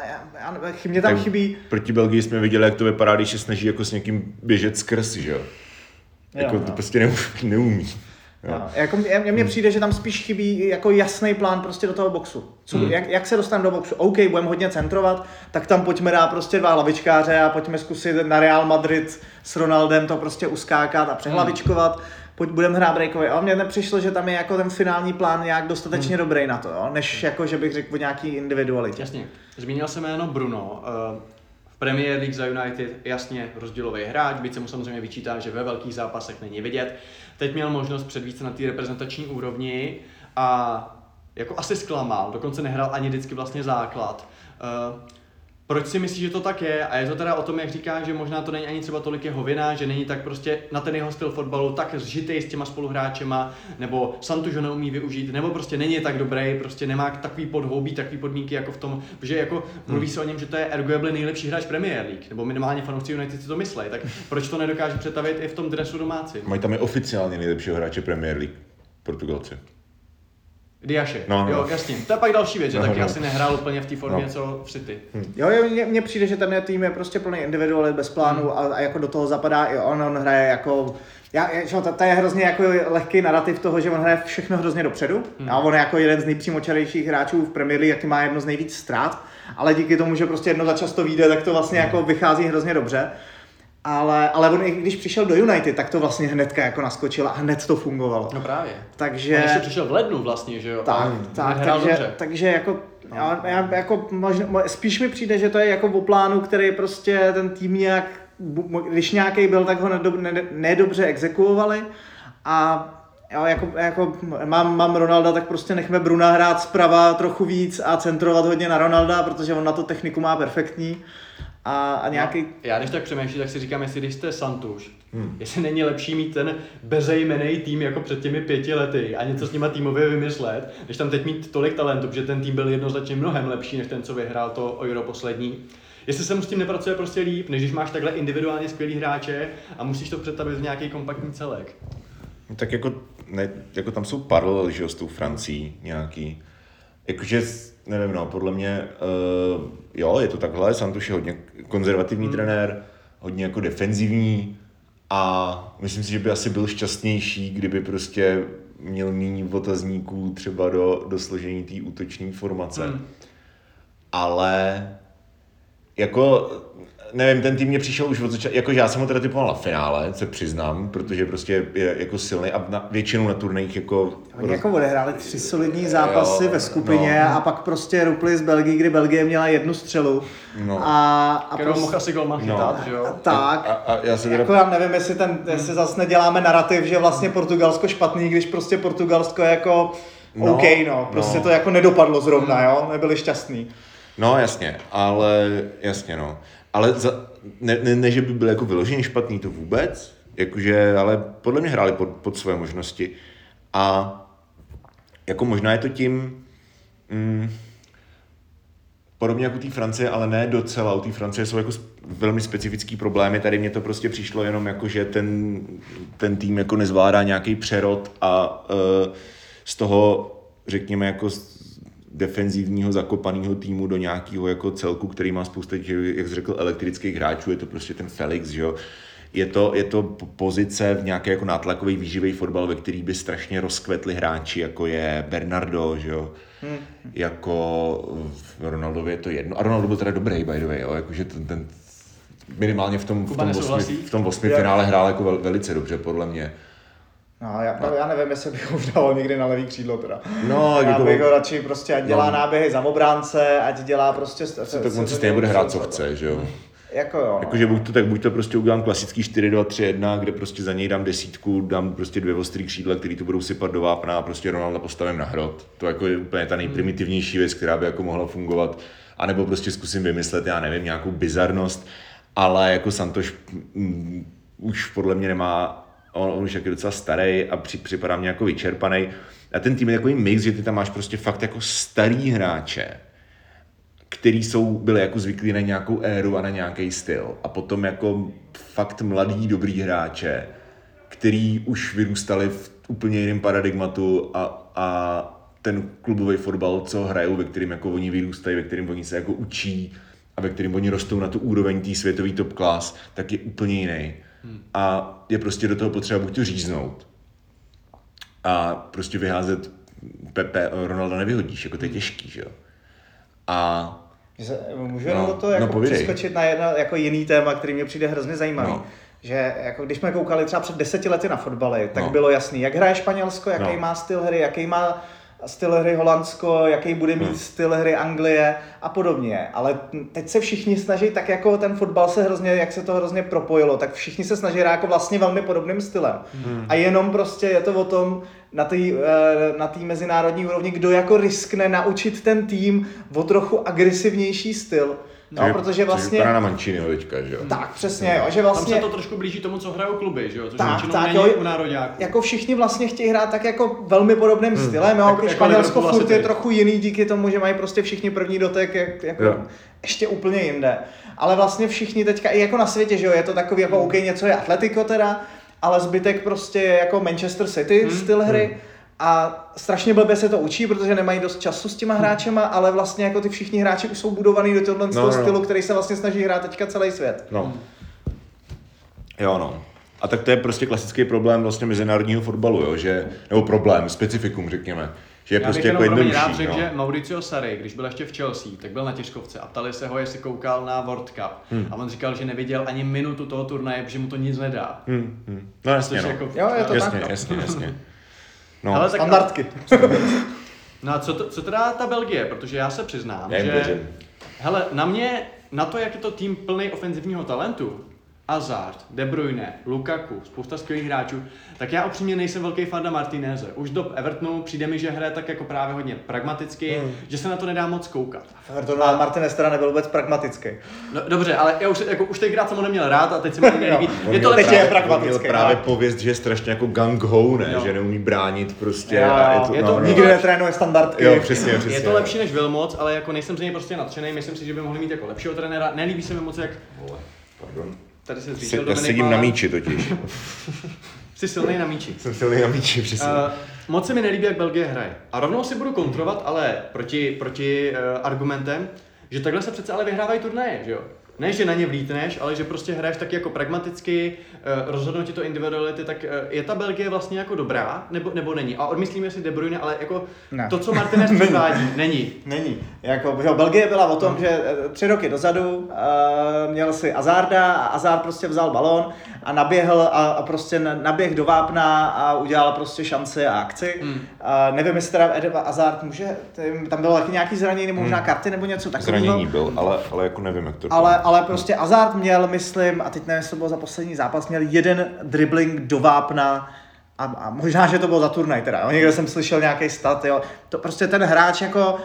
mě tam chybí. Proti Belgii jsme viděli, jak to vypadá, když se snaží jako s někým běžet skrz, že jo? Jako to prostě neumí. Jo. Jako mně přijde, že tam spíš chybí jako jasný plán prostě do toho boxu. Jak se dostaneme do boxu? OK, budeme hodně centrovat, tak tam pojďme dát prostě 2 hlavičkáře a pojďme zkusit na Real Madrid s Ronaldem to prostě uskákat a přehlavičkovat. Budeme hrát breakový, ale mně nepřišlo, že tam je jako ten finální plán nějak dostatečně dobrý na to, jo? Než jako, že bych řekl o nějaký individualitě. Jasně, zmínil jsem jméno Bruno. V Premier League za United jasně rozdílový hráč, byť se mu samozřejmě vyčítá, že ve velkých zápasech není vidět. Teď měl možnost předvíct na té reprezentační úrovni a jako asi zklamal, dokonce nehrál ani vždycky vlastně základ. Proč si myslíš, že to tak je? A je to teda o tom, jak říkáš, že možná to není ani třeba tolik jeho vina, že není tak prostě na ten jeho styl fotbalu tak zžitej s těma spoluhráčema, nebo Santuš ho neumí využít, nebo prostě není tak dobrý, prostě nemá takový podhoubí, takový podmínky jako v tom, že jako mluví se o něm, že to je arguably nejlepší hráč Premier League, nebo minimálně fanoušci United si to myslí, tak proč to nedokáže přetavit i v tom dresu domácí? Mají tam i oficiálně nejlepšího hráče Premier League, Portugalci. Diaše, jo, jasně. To je pak další věc, že taky asi nehrál úplně v té formě, co v City. Jo, mně přijde, že ten tým je prostě plný individualit bez plánu a jako do toho zapadá i on hraje jako. To je hrozně jako lehký narrativ toho, že on hraje všechno hrozně dopředu. A on je jako jeden z nejpřímočarejších hráčů v Premier League, jaký má jedno z nejvíc ztrát, ale díky tomu, že prostě jedno za často vyjde, tak to vlastně jako vychází hrozně dobře. Ale on, i když přišel do United, tak to vlastně hnedka jako naskočilo a hned to fungovalo. No právě. Takže. On ještě přišel v lednu vlastně, že jo? Takže jako, já jako spíš mi přijde, že to je jako o plánu, který prostě ten tým nějak, když nějaký byl, tak ho nedobře exekuovali a jo, jako mám Ronalda, tak prostě nechme Bruna hrát zprava trochu víc a centrovat hodně na Ronalda, protože on na to techniku má perfektní. A nějaký. No, já když tak přemýšlím, tak si říkám, jestli když jste Santuš, jestli není lepší mít ten bezejmenný tým jako před těmi 5 lety a něco s nima týmově vymyslet, než tam teď mít tolik talentu, protože ten tým byl jednoznačně mnohem lepší než ten, co vyhrál to Euro poslední. Jestli se mu s tím nepracuje prostě líp, než když máš takhle individuálně skvělý hráče a musíš to přetavit v nějaký kompaktní celek. No, tak jako tam jsou paralely, že s tou Francií nějaký. Jakože, nevím, no, podle mě, jo, je to takhle, Santuš je hodně konzervativní trenér, hodně jako defenzivní a myslím si, že by asi byl šťastnější, kdyby prostě měl méně otazníků třeba do složení té útočné formace. Ale jako nevím, ten tým mě přišel už od začátku, jakože já jsem ho teda typoval na finále, se přiznám, protože prostě je jako silný a většinou na turnajích jako... Oni jako odehráli 3 solidní zápasy ve skupině a pak prostě rupli z Belgii, kdy Belgie měla 1 střelu. A kterou mohl asi golman chytat, že jo? Tak. A já se teda... Jako já nevím, jestli zase neděláme narrativ, že vlastně Portugalsko špatný, když prostě Portugalsko je jako prostě to jako nedopadlo zrovna, jo? Nebyli šťastný. No jasně, ale ne, že by byl jako vyloženě špatný, to vůbec, jakože, ale podle mě hráli pod své možnosti a jako možná je to tím podobně jako u té Francie, ale ne docela, u té Francie jsou jako velmi specifický problémy, tady mně to prostě přišlo jenom jako, že ten tým jako nezvládá nějaký přerod a z toho, řekněme, jako defenzivního zakopaného týmu do nějakého jako celku, který má spoustu, jak jsi řekl, elektrických hráčů, je to prostě ten Felix, že jo. Je to pozice v nějaké jako nátlakové výživý fotbal, ve který by strašně rozkvetli hráči, jako je Bernardo, že jo. Jako v Ronaldovi je to jedno. A Ronaldo byl teda dobrý, by the way, jo. Jakože ten minimálně v tom 8 finále hrál jako velice dobře, podle mě. No, já nevím, jestli bych ho dával někdy na levý křídlo teda. No, já bych ho radši prostě, ať dělá náběhy za obránce, ať dělá prostě... Tak on si stejně bude hrát, co chce, že jo. Jako jo. Jakože buď to prostě udělám klasický 4-2-3-1, kde prostě za něj dám 10, dám prostě 2 ostrý křídla, který to budou sypat do vápna a prostě Ronalda postavím na hrot. To jako je úplně ta nejprimitivnější věc, která by jako mohla fungovat. A nebo prostě zkusím vymyslet, já nevím, nějakou bizarnost, ale jako Santoš už podle mě nemá, on už je docela starý a připadá mě jako vyčerpaný. A ten tým je takový mix, že ty tam máš prostě fakt jako starý hráče, který byli jako zvyklí na nějakou éru a na nějaký styl. A potom jako fakt mladý, dobrý hráče, který už vyrůstali v úplně jiném paradigmatu a ten klubový fotbal, co hrajou, ve kterým jako oni vyrůstají, ve kterým oni se jako učí a ve kterým oni rostou na tu úroveň té světový top class, tak je úplně jiný. A je prostě do toho potřeba buď to říznout a prostě vyházet Ronalda nevyhodíš, jako to je těžký, že jo. A můžu jenom do toho jako přeskočit na jedno jako jiný téma, který mě přijde hrozně zajímavý. Že jako když jsme koukali třeba před 10 lety na fotbaly, tak bylo jasný, jak hraje Španělsko, jaký má styl hry, jaký má styl hry Holandsko, jaký bude mít styl hry Anglie a podobně. Ale teď se všichni snaží, tak jako ten fotbal se hrozně, jak se to hrozně propojilo, tak všichni se snaží hrát jako vlastně velmi podobným stylem. A jenom prostě je to o tom, na té mezinárodní úrovni, kdo jako riskne naučit ten tým o trochu agresivnější styl. No, protože vlastně... Vypadá na Manciniho teďka, že jo? Tak, přesně, jo, že vlastně... Tam se to trošku blíží tomu, co hrajou kluby, že jo? Což tak, není u nároďáků. Jako všichni vlastně chtějí hrát tak jako velmi podobným stylem, jo? Jako Španělsko furt je trochu jiný díky tomu, že mají prostě všichni první dotek jako ještě úplně jinde. Ale vlastně všichni teďka, i jako na světě, že jo, je to takový jako OK, něco je Atletico teda, ale zbytek prostě je jako Manchester City styl hry. A strašně blbě se to učí, protože nemají dost času s těma hráčema, ale vlastně jako ty všichni hráči už jsou budovaný do tohoto stylu, který se vlastně snaží hrát teďka celý svět. Jo, no. A tak to je prostě klasický problém vlastně mezinárodního fotbalu, jo, že, nebo problém, specifikum, řekněme. Že je já prostě jako jednodušší. Já bych jenom řekl, že Mauricio Sarri, když byl ještě v Chelsea, tak byl na těžkovce a ptali se ho, jestli koukal na World Cup. A on říkal, že neviděl ani minutu toho turnaje, protože mu to nic nedá. No jasně, no. Jako, jo, je to jasně, tak. Jasně. No. Ale standardky. No a co teda ta Belgie, protože já se přiznám, že... Hele, na to, jak je to tým plný ofenzivního talentu, Hazard, De Bruyne, Lukaku, spousta skvělých hráčů, tak já upřímně nejsem velký fanda Martineze. Už do Evertonu přijde mi, že hraje tak jako právě hodně pragmaticky, že se na to nedá moc koukat. Evertonu a Martinez teda nebyl vůbec pragmatický. No, dobře, ale já už tenkrát jsem ho neměl rád a teď se mi nelíbí. Je to lepší, je pragmatický. Měl právě pověst, že je strašně jako gang-ho, ne? Že neumí bránit prostě. Je to nikdy netrénuje standardky. Jo, přesně. Je to lepší než Wilmots, ale jako nejsem z něj prostě nadšený, myslím si, že by mohli mít jako lepšího trenéra. Nelíbí se mi moc jak... Pardon. Tady se zříčil Já sedím na míči totiž. Jsi silnej na míči. Jsem silnej na míči, přesně. Moc se mi nelíbí, jak Belgie hraje. A rovnou si budu kontrovat, ale proti argumentem, že takhle se přece ale vyhrávají turnaje, že jo? Ne, že na ně vlítneš, ale že prostě hraješ taky jako pragmaticky, rozhodnou ti to individuality, tak je ta Belgie vlastně jako dobrá, nebo není? A odmyslíme si De Bruyne, ale jako ne. to, co Martinez předvádí, není. Není. Jako, že Belgie byla o tom, že 3 roky dozadu měl si Hazarda a Hazard prostě vzal balón a naběhl a prostě naběh do vápna a udělal prostě šanci a akci. Nevím, jestli teda Eden Hazard může, tam bylo taky nějaký zranění, možná karty nebo něco takového. Zranění byl, ale jako nevím, jak to ale prostě Hazard měl, myslím, a teď nevím, jestli to bylo za poslední zápas, měl 1 dribbling do vápna a možná, že to bylo za turnaj teda, jo? Někde jsem slyšel nějaký stat, jo. To prostě ten hráč jako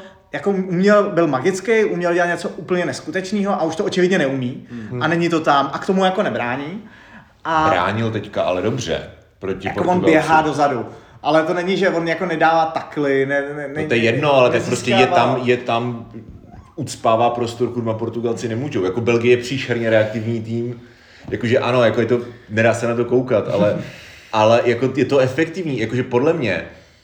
byl magický, uměl dělat něco úplně neskutečného a už to očividně neumí a není to tam a k tomu jako nebrání. A bránil teďka, ale dobře, proti jako Portugalcům. on běhá dozadu. Ale to není, že on jako nedává takly, to je jedno, ale tak prostě je tam ucpává prostor, kurma Portugalci nemůžou. Jako Belgie je příšerně reaktivní tým, jakože ano, jako je to, nedá se na to koukat, ale jako je to efektivní, jakože podle mě,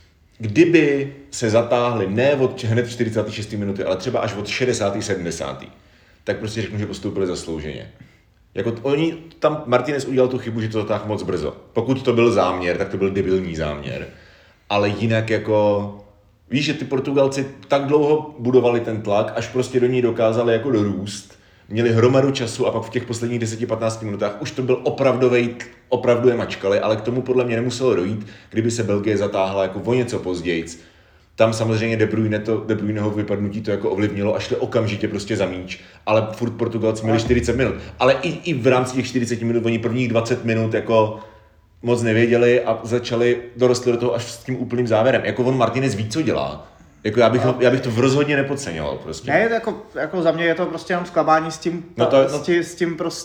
kdyby se zatáhli ne od hned 46. minuty, ale třeba až od 60. 70. tak prostě řeknu, že postoupili zaslouženě. Jako tam Martinez udělal tu chybu, že to zatáhl moc brzo. Pokud to byl záměr, tak to byl debilní záměr. Ale jinak jako víš, že ty Portugalci tak dlouho budovali ten tlak, až prostě do něj dokázali jako dorůst. Měli hromadu času a pak v těch posledních 10-15 minutách už to byl opravdu je mačkali, ale k tomu podle mě nemuselo dojít, kdyby se Belgie zatáhla jako o něco pozdějc. Tam samozřejmě De Bruyneho vypadnutí to jako ovlivnilo a šli okamžitě prostě za míč, ale furt Portugalci měli 40 minut. Ale i v rámci těch 40 minut, oni prvních 20 minut jako moc nevěděli a dorostli do toho až s tím úplným závěrem. Jako on Martinez ví, co dělá. Jako já bych to rozhodně nepodceňoval prostě. Ne, jako za mě je to prostě jenom zklamání s tím, s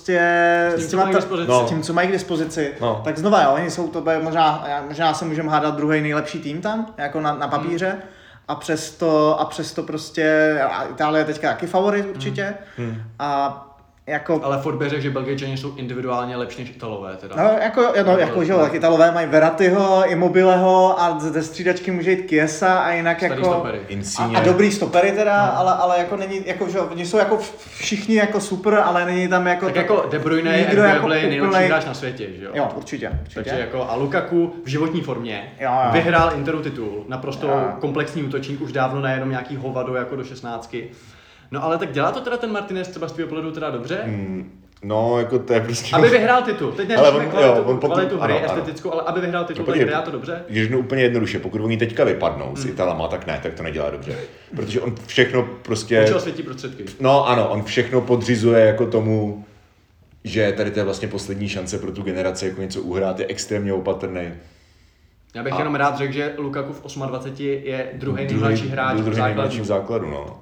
tím, co mají k dispozici. No. Tak znova, jo, oni jsou to, možná se můžeme hádat druhý nejlepší tým tam, jako na papíře. A přesto prostě Itálie je teďka taky favorit určitě. A jako... Ale furt bych řekl, že Belgičani jsou individuálně lepší než Italové teda. Jako že jo, tak Italové mají Verrattiho, Immobileho a ze střídačky může jít Chiesa a jinak starý jako... A dobrý stopery teda, ale jako není, jako že oni jsou jako všichni jako super, ale není tam jako... Tak jako De Bruyne je nejlepší hráč na světě, že jo? Jo, určitě. Takže jako a Lukaku v životní formě vyhrál Interu titul, naprosto komplexní útočník, už dávno nejenom nějaký hovado jako do 16. No ale tak dělá to teda ten Martinez třeba z tvýho pohledu teda dobře? No, jako to je prostě... Aby vyhrál titul. Teď neřešíme kvalitu hry, estetickou, ale aby vyhrál titul, tak dělá to dobře? Když řeknu úplně jednoduše, pokud oni teďka vypadnou s Italama, tak ne, tak to nedělá dobře. Protože on všechno prostě... Učil světí prostředky. No ano, on všechno podřizuje jako tomu, že tady to je vlastně poslední šance pro tu generaci jako něco uhrát, je extrémně opatrný. Já bych jenom rád řekl, že Lukaku v 28 je druhý nejmladší hráč v základu. No.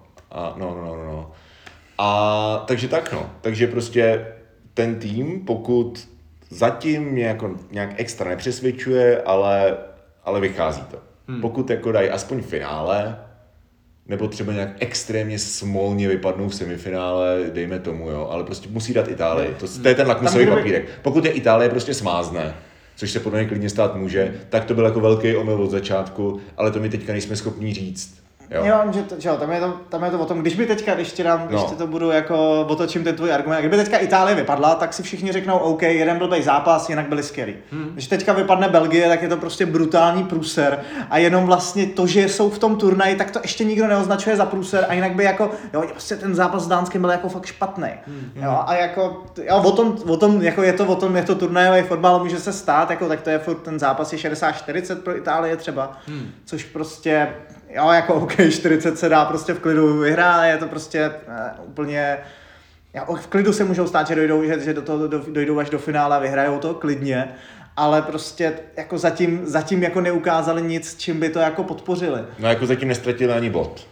A takže tak no, takže prostě ten tým, pokud zatím mě jako nějak extra nepřesvědčuje, ale vychází to. Pokud jako dají aspoň finále, nebo třeba nějak extrémně smolně vypadnou v semifinále, dejme tomu, jo, ale prostě musí dát Itálii. To je ten lakmusový papírek. Pokud je Itálie prostě smázne, což se podle mě klidně stát může, tak to byl jako velký omyl od začátku, ale to my teďka nejsme schopni říct. Jo, že tam je to o tom, když ti to budu jako otočím ten tvůj argument, kdyby teďka Itálie vypadla, tak si všichni řeknou OK, jeden blbej zápas, jinak byli skvělí. Když teďka vypadne Belgie, tak je to prostě brutální průser a jenom vlastně to, že jsou v tom turnaji, tak to ještě nikdo neoznačuje za průser a jinak by jako, jo, prostě ten zápas s Dánskem byl jako fakt špatný. Jo, a jako, o tom, jako je to turnajový fotbal, může se stát, jako, tak to je furt ten zápas je 60-40 pro Itálii třeba, což prostě jo, jako OK, 40 se dá prostě v klidu vyhrát, je to prostě úplně... v klidu se můžou stát, že dojdou až do finále a vyhrajou to klidně, ale prostě jako zatím jako neukázali nic, čím by to jako podpořili. No jako zatím nestratili ani bod.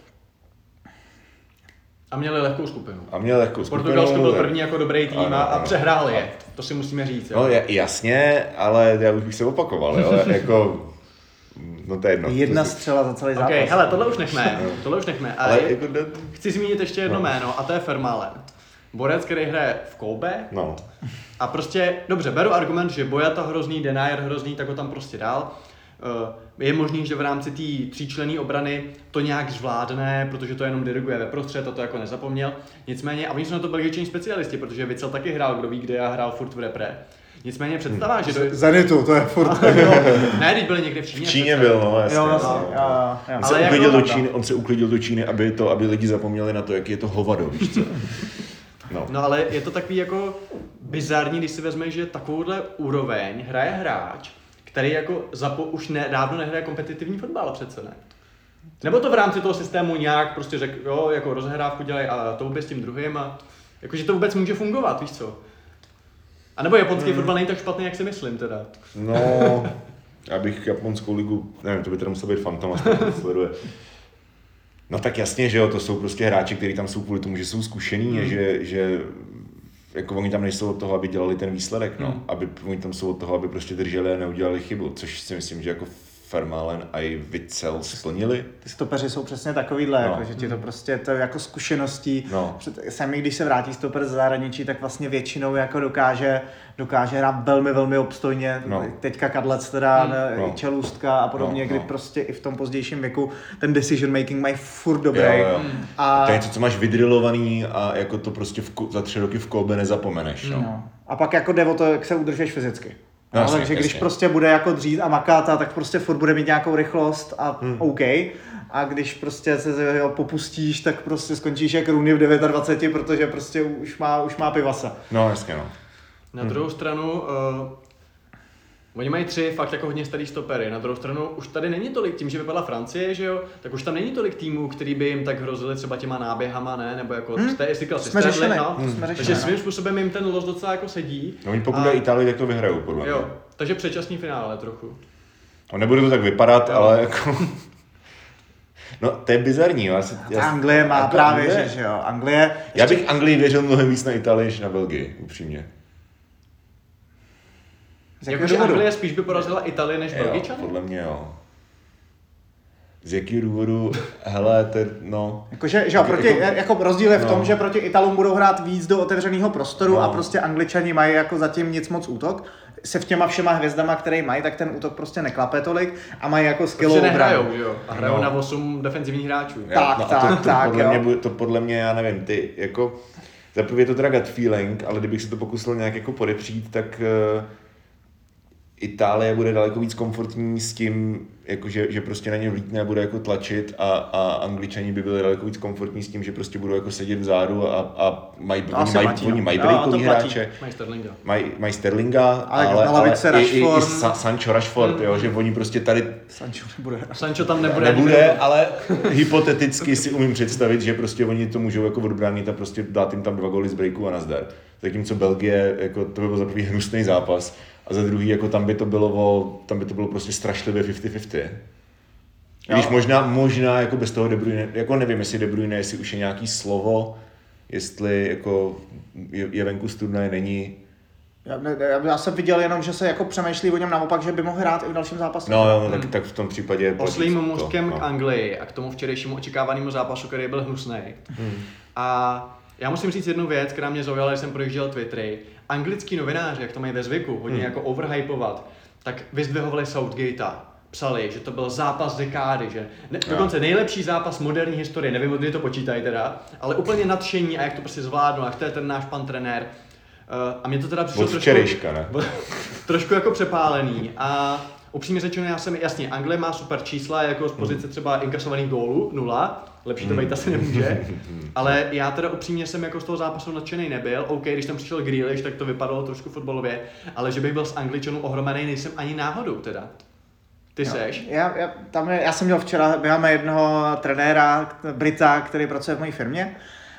A měli lehkou skupinu. Portugalsko byl první jako dobrý tým a přehrál je, to si musíme říct. Jo? No jasně, ale já už bych se opakoval, jo, jako... No to je jedno. Jedna střela za celý zápas. Okay, hele, tohle už nechme. Ale jako chci zmínit ještě jedno jméno a to je Vermaelen. Borec, který hraje v Kobe. No. A prostě, dobře, beru argument, že Boyata hrozný, Denayer hrozný, tak ho tam prostě dál. Je možný, že v rámci té tříčlenné obrany to nějak zvládne, protože to jenom diriguje ve prostřed a to jako nezapomněl. Nicméně, a oni jsou na to Belgičani specialisti, protože Witsel taky hrál, kdo ví kde, a hrál furt v repre. Nicméně představa, že Zenitu, to je furt. Ne, když byli někde v Číně. V Číně byl, no, jasně. Jo, vlastně. On se uklidil do Číny, aby lidi zapomněli na to, jaký je to hovado, víš co? No ale je to takový jako bizarní, když si vezmeš, že takovouhle úroveň hraje hráč, který jako už dávno nehraje kompetitivní fotbal přece, ne? Nebo to v rámci toho systému nějak prostě řekl, jo, jako rozhrávku dělají a to vůbec s tím druhým a jakože to vůbec může fungovat, víš co? A nebo japonský fotbal není tak špatný, jak si myslím teda. No, abych japonskou ligu, nevím, to by teda musel být Fantom, aspoň to sleduje. No tak jasně, že jo, to jsou prostě hráči, kteří tam jsou kvůli tomu, že jsou zkušený a že jako oni tam nejsou od toho, aby dělali ten výsledek, no. Oni tam jsou od toho, aby prostě drželi a neudělali chybu, což si myslím, že jako Vermaelen a i Witsel splnili. Ty stopeři jsou přesně takovýhle, jako, že ti to prostě to jako zkušeností. No. Sami, když se vrátí stoper z zahraničí, tak vlastně většinou jako dokáže hrát velmi, velmi obstojně. No. Teďka Kadlec teda, Čelůstka a podobně, kdy prostě i v tom pozdějším věku ten decision making mají furt dobrý. Jo. A to je něco, co máš vydrilovaný a jako to prostě za 3 roky v Kobe nezapomeneš. No. A pak jako jde o to, jak se udržíš fyzicky. No, jasně, takže když prostě bude jako dřít a makat, tak prostě furt bude mít nějakou rychlost a OK. A když prostě se ho popustíš, tak prostě skončíš jak Rooney v 29, protože prostě už má pivasa. No, jasně, no. Na druhou stranu, oni mají 3 fakt jako hodně starý stopery. Na druhou stranu už tady není tolik, tím, že vypadla Francie, že jo, tak už tam není tolik týmů, který by jim tak hrozili třeba těma náběhama, ne? Nebo jako takže svým způsobem jim ten los docela jako sedí. No oni pokud Itálii, tak to vyhrajou, podle mě. Jo, takže předčasný finále trochu. No nebude to tak vypadat, ale jako... No, to je bizarní, jo. Anglie má jako právě, že jo, Anglie... Já bych Anglii věřil mnohem víc na Itálii, než na Belgii, upřímně. Jakože Anglie spíš by porazila Itálii než Belgičany? Podle mě jo. Z jakého důvodu? Hele, to je, no... Jakože, že jo, jako rozdíl je v tom, že proti Italům budou hrát víc do otevřeného prostoru a prostě Angličani mají jako zatím nic moc útok. Se v těma všema hvězdama, které mají, tak ten útok prostě neklape tolik a mají jako skillou obranu. Nehrajou, jo? A hrajou na 8 defenzivních hráčů. To podle mě, já nevím, ty jako... Zaprvé je to teda gut feeling, ale kdybych se to pokusil nějak jako podepřít, tak... Itálie bude daleko víc komfortní s tím, jako že prostě na ně vlítne a bude jako tlačit a Angličani by byli daleko víc komfortní s tím, že prostě budou jako sedět vzadu a mají breakový hráče. Mají Sterlinga, ale i Sancho Rashford, jo, že oni prostě tady... Sancho tam nebude. Nebude, ale hypoteticky si umím představit, že prostě oni to můžou jako odbránit a prostě dát jim tam 2 góly z breaku a nazdar. Zatímco Belgie, jako to by byl za první hnusný zápas. A za druhý, jako tam by to bylo prostě strašlivě 50-50. Když možná jako bez toho De Bruyne, jako nevím, jestli De Bruyne, jestli už je nějaký slovo, jestli jako je venku z turnaje, není. Já jsem viděl jenom, že se jako přemýšlí o něm naopak, že by mohl hrát i v dalším zápase. Tak v tom případě... Oslým můstkem k Anglii a k tomu včerejšímu očekávanému zápasu, který byl hnusný. A já musím říct jednu věc, která mě zaujala, když jsem projížděl Twittery. Anglický novináři, jak to mají ve zvyku, hodně jako overhypovat, tak vyzdvihovali Southgatea. Psali, že to byl zápas dekády, že dokonce nejlepší zápas moderní historie, nevím, kdy to počítají teda, ale úplně nadšení a jak to prostě zvládnu, jak to je ten náš pan trenér. A mě to teda přišlo trošku jako přepálený a upřímně řečeno, já jsem, jasně, Anglie má super čísla, jako z pozice třeba inkasovaných gólů, 0, lepší to být asi nemůže, ale já teda upřímně jsem jako z toho zápasu nadšený nebyl, OK, když tam přišel Grealish, tak to vypadalo trošku fotbalově, ale že bych byl s Angličanů ohromený, nejsem ani náhodou teda. Ty seš? Já jsem měl včera, my máme jednoho trenéra, Brita, který pracuje v mojí firmě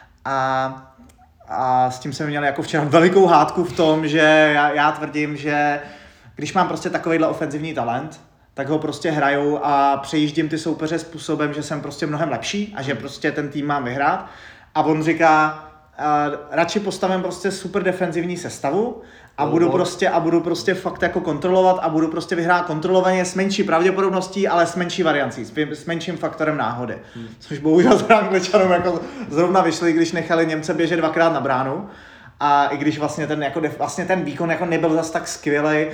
a s tím jsem měl jako včera velikou hádku v tom, že já tvrdím, že když mám prostě takovejhle ofenzivní talent, tak ho prostě hraju a přejíždím ty soupeře způsobem, že jsem prostě mnohem lepší a že prostě ten tým mám vyhrát. A on říká, radši postavím prostě super defenzivní sestavu a budu prostě fakt jako kontrolovat a budu prostě vyhrát kontrolovaně s menší pravděpodobností, ale s menší variancí, s menším faktorem náhody. Což bohužel s Angličanům jako zrovna vyšli, když nechali Němce běžet 2krát na bránu. A i když vlastně ten výkon jako nebyl zas tak skvělej,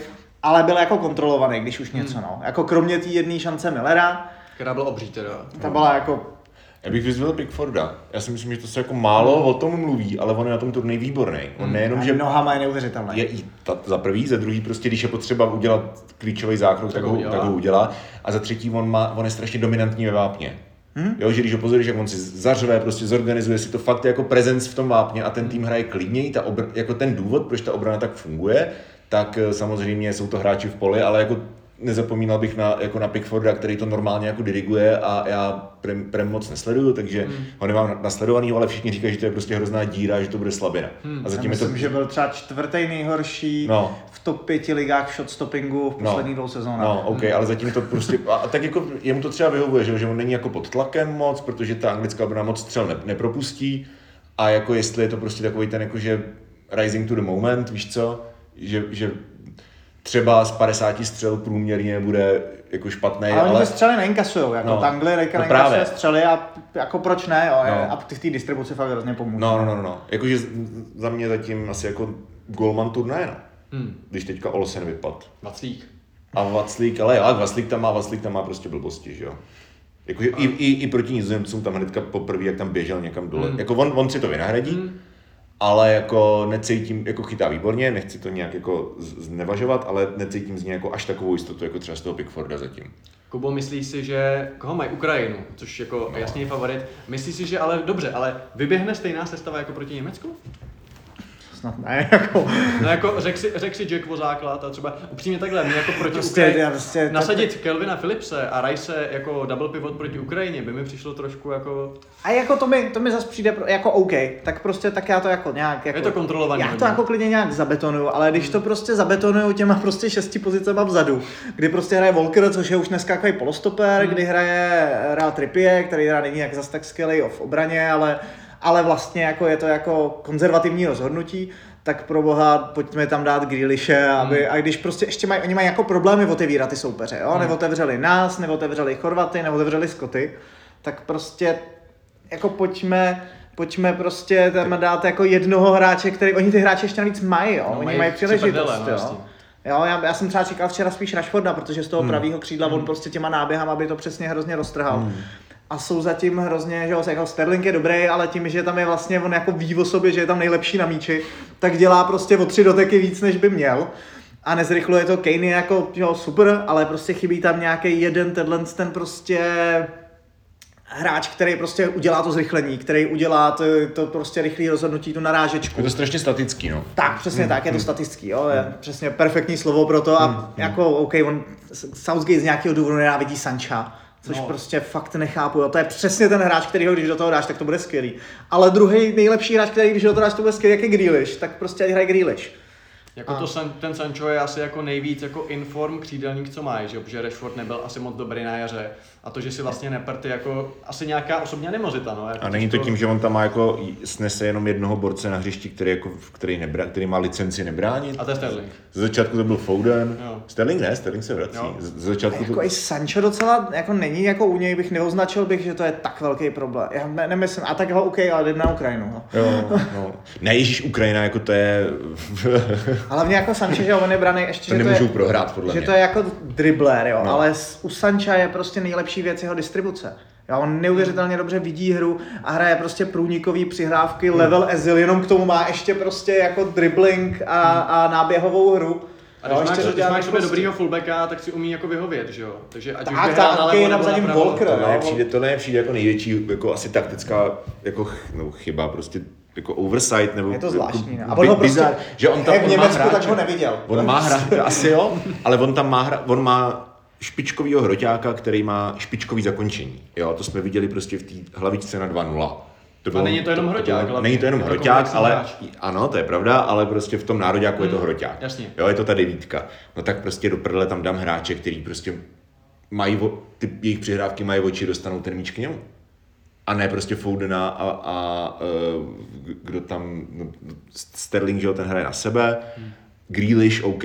ale byl jako kontrolovaný, když už něco, no. Jako kromě té jedné šance Millera, Která byla obří teda. ta byla jako... Já bych vyzval Pickforda. Já si myslím, že to se jako málo o tom mluví, ale on je na tom turnaji výborný. On nejenom, že nohama je neuvěřitelný. je za prvý, za druhý prostě, když je potřeba udělat klíčový zákrok, tak ho udělá. A za třetí, on je strašně dominantní ve vápně. Jo, že když ho pozoruješ, jak on si zařve, prostě zorganizuje si to fakt jako prezenc v tom vápně a ten tým hraje klidněji, jako ten důvod, proč ta obrana tak funguje, tak samozřejmě jsou to hráči v poli, ale jako nezapomínal bych na Pickforda, který to normálně jako diriguje a já Prem moc nesleduju, takže ho nemám nasledovaný, ale všichni říkají, že to je prostě hrozná díra, že to bude slabina. A zatím myslím, že byl třeba čtvrtý nejhorší v top 5 ligách shotstoppingu v posledních 2 sezónách. No, OK, ale zatím to prostě, a tak jako jemu to třeba vyhovuje, že on není jako pod tlakem moc, protože ta anglická obrana moc střel nepropustí a jako jestli je to prostě takový ten jakože rising to the moment, víš co, že třeba z 50 střel průměrně bude jako špatný, ale oni ty střely neinkasujou, jako Tangli neinkasuje střely a jako proč ne, jo, a v té distribuci fakt hrozně pomůže. No. Jakože za mě zatím asi jako golman turnaje, no. Když teďka Olsen vypad. Vaclík. A Vaclík, ale jo, Vaclík tam má prostě blbosti, že jo. Jakože i proti Nizozemcům tam hnedka poprvé, jak tam běžel někam dole. Jako on si to vynahradí, ale jako necítím, jako chytá výborně, nechci to nějak jako znevažovat, ale necítím z něj jako až takovou jistotu, jako třeba z toho Pickforda zatím. Kubo, myslíš si, že koho mají Ukrajinu, což jako jasný favorit, myslíš si, že ale dobře, ale vyběhne stejná sestava jako proti Německu? Snad ne, jako... No jako řek si Jack o základ a třeba upřímně takhle, mě jako proti Ukrajině, nasadit Kelvina Philipse a Rice jako double pivot proti Ukrajině by mi přišlo trošku jako... A jako to mi zase přijde jako OK, tak já to jako nějak jako... Je to kontrolovaný. Já to jako klidně nějak zabetonuju, ale když to prostě zabetonuju těma prostě 6 pozicema vzadu, kdy prostě hraje Walker, což je už dneska takový polostoper, kdy hraje Trippier, který teda není jak zase tak skvělý v obraně, ale vlastně jako je to jako konzervativní rozhodnutí, tak pro boha pojďme tam dát Grealishe, a když prostě ještě oni mají jako problémy otevírat ty soupeře, jo? Neotevřeli nás, neotevřeli Chorvaty, neotevřeli Skoty, tak prostě jako pojďme prostě tam dát jako jednoho hráče, který oni ty hráče ještě navíc mají, jo? Oni mají příležitost, jo? Jo, já jsem třeba čekal včera spíš Rashforda, protože z toho pravýho křídla on prostě těma náběhama by to přesně hrozně roztrhal. A jsou zatím hrozně, že jako Sterling je dobrý, ale tím, že tam je vlastně, on jako ví o sobě, že je tam nejlepší na míči, tak dělá prostě o 3 doteky víc, než by měl. A nezrychluje to, Kane je jako super, ale prostě chybí tam nějaký jeden ten prostě hráč, který prostě udělá to zrychlení, který udělá to prostě rychlé rozhodnutí, tu narážečku. Je to strašně statický, no. Tak, přesně tak, je to statický, jo, je přesně perfektní slovo pro to a jako, OK, Southgate z nějakého důvodu nenávidí Sancha, což prostě fakt nechápu, jo. To je přesně ten hráč, kterýho když do toho dáš, tak to bude skvělý. Ale druhý nejlepší hráč, který když do toho dáš, to bude skvělý, jak je Grealish, tak prostě hraje Grealish. Jako ten Sancho je asi jako nejvíc jako inform křídelník, co máš, že? Protože Rashford nebyl asi moc dobrý na jaře. A to, že si vlastně neprty jako asi nějaká osobní animozita, no. Jako a není to tím, že on tam má jako snese jenom jednoho borce na hřišti, který má licenci nebránit. A to je Sterling. Z začátku to byl Foden. Jo. Sterling se vrací. Z začátku jako to... i Sancho docela jako není jako u něj, bych neoznačil bych, že to je tak velký problém. Já nemyslím, a tak ho OK, ale jdem na Ukrajinu. No. Jo. Ne, ježíš, Ukrajina, jako to je... Hlavně jako Sancho, že on je braný ještě, to nemůžou prohrát, podle mě. Že to je jako dribler, jo, ale u Sancha je prostě nejlepší věc jeho distribuce. Jo, on neuvěřitelně dobře vidí hru a hraje prostě průnikový přihrávky, level Ezil, jenom k tomu má ještě prostě jako dribbling a náběhovou hru. A když máš sobě dobrýho fullbacka, tak si umí jako vyhovět, že jo? Takže ať tak, už běhá nalevo nebo za ním Walker, to přijde jako největší, jako asi taktická jako chyba, prostě jako oversight, nebo... Je to zvláštní, jako, a on ho prostě, že on tam, v Německu tak ho neviděl. On má hráče, asi jo, ale on má špičkovýho hroťáka, který má špičkový zakončení. Jo, to jsme viděli prostě v té hlavičce na 2-0. A není to jenom hroťák. Není to jenom hroťák, ale ano, to je pravda, ale prostě v tom nároďáku je to hroťák. Jasně. Jo, je to ta 9. No tak prostě do prdele tam dám hráče, který prostě mají, ty jejich přihrávky mají oči, dostanou ten míč k němu. A ne prostě Fodena a kdo tam, Sterling, že jo, ten hraje na sebe, Grealish, OK,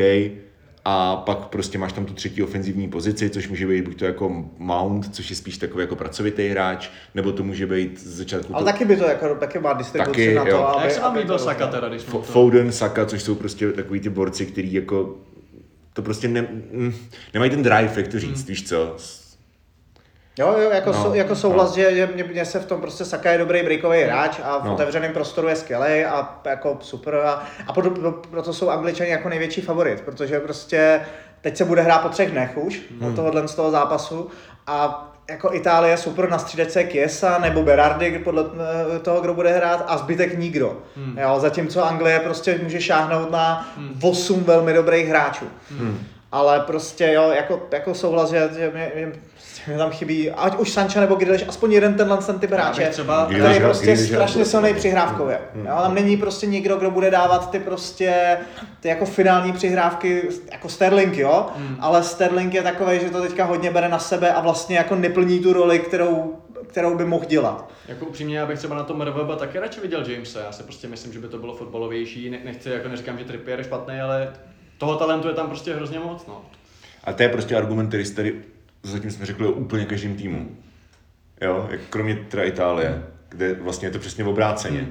a pak prostě máš tam tu třetí ofenzivní pozici, což může být buď to jako Mount, což je spíš takový jako pracovitý hráč, nebo to může být z začátku... Ale taky by to jako, taky má distribuci na to, jo. aby... Jak se vám líbil Saka teda, když Foden, Saka, což jsou prostě takový ty borci, který jako to prostě nemají ten drive, jak to říct, víš co. Jo, jako souhlas, že mě se v tom prostě Saka je dobrý breakový hráč a v otevřeném prostoru je skvělej a jako super a proto jsou Angličani jako největší favorit, protože prostě teď se bude hrát po 3 dnech už od tohohle z toho zápasu a jako Itálie super na střídačce Chiesa nebo Berardi podle toho, kdo bude hrát a zbytek nikdo. Jo, zatímco Anglie prostě může šáhnout na 8 velmi dobrých hráčů. Ale prostě jo, jako souhlas, že mě tam chybí, ať už Sancho nebo Grealish, aspoň jeden ten typ hráče, který je prostě strašně silný přihrávkově. Tam není prostě nikdo, kdo bude dávat ty jako finální přihrávky, jako Sterling, jo, ale Sterling je takovej, že to teďka hodně bere na sebe a vlastně jako neplní tu roli, kterou by mohl dělat. Jako upřímně, já bych třeba na tom RVB taky radši viděl Jamese, já si prostě myslím, že by to bylo fotbalovější, nechci, jako neříkám, že Trippier je špatný, ale toho talentu je tam prostě hrozně moc, no. A to je prostě argument, který tady zatím jsme řekli o úplně každém týmu. Jo, kromě teda Itálie, kde vlastně je to přesně obráceně.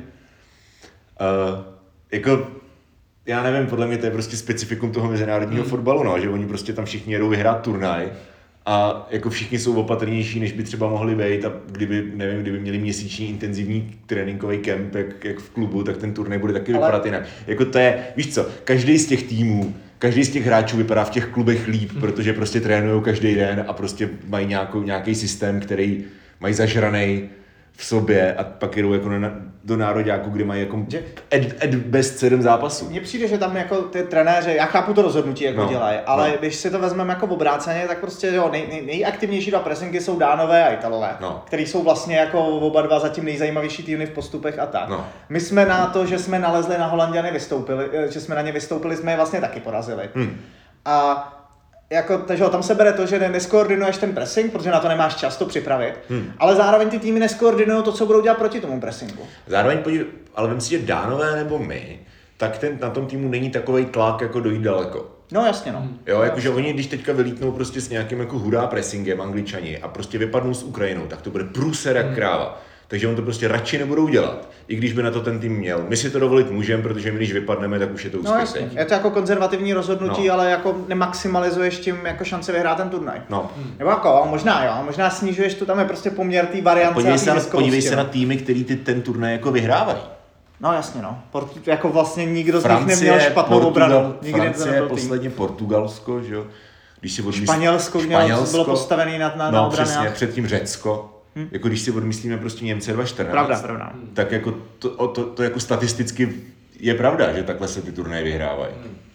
Jako, já nevím, podle mě to je prostě specifikum toho mezinárodního fotbalu, no, že oni prostě tam všichni jedou vyhrát turnaj a jako všichni jsou opatrnější, než by třeba mohli být a kdyby měli měsíční intenzivní tréninkový kemp, jak v klubu, tak ten turnaj bude taky vypadat jinak. Jako to je, víš co, každý z těch týmů, každý z těch hráčů vypadá v těch klubech líp, protože prostě trénujou každý den a prostě mají nějaký systém, který mají zažranej v sobě a pak jedou jako do nároďáku, kde mají jako best 7 zápasů. Mně přijde, že tam jako ty trenéři, já chápu to rozhodnutí, jak ho dělají, ale když si to vezmeme jako obráceně, tak prostě jo, nejaktivnější 2 pressingy jsou Dánové a Italové, který jsou vlastně jako oba dva zatím nejzajímavější týmy v postupech a tak. My jsme na to, že jsme nalezli na Holanďany vystoupili, jsme je vlastně taky porazili. A jako, takže tam se bere to, že neskoordinuješ ten pressing, protože na to nemáš čas to připravit, ale zároveň ty týmy neskoordinují to, co budou dělat proti tomu pressingu. Zároveň ale vem si, že Dánové nebo my, tak na tom týmu není takovej tlak jako dojít daleko. No jasně, no. Jo, jakože oni, když teďka vylítnou prostě s nějakým jako hurá pressingem Angličani a prostě vypadnou s Ukrajinou, tak to bude průser jak kráva. Takže on to prostě radši nebudou dělat, i když by na to ten tým měl. My si to dovolit můžeme, protože my když vypadneme, tak už je to úspěch. No jasně, je to jako konzervativní rozhodnutí, ale jako nemaximalizuješ tím jako šanci vyhrát ten turnaj. Nebo jako, možná snižuješ tu, tam je prostě poměr té variance. Podívej se na týmy, který ten turnaj jako vyhrávají. No jasně, no. Jako vlastně nikdo z nich neměl špatnou obranu. Francie, posledně Portugalsko, že jo. Když si Španělsko bylo postavený na obraně. No přesně, předtím Řecko. Jako když si odmyslíme prostě Němce 2014, pravda. Tak jako to jako statisticky je pravda, že takhle se ty turnaje vyhrávají.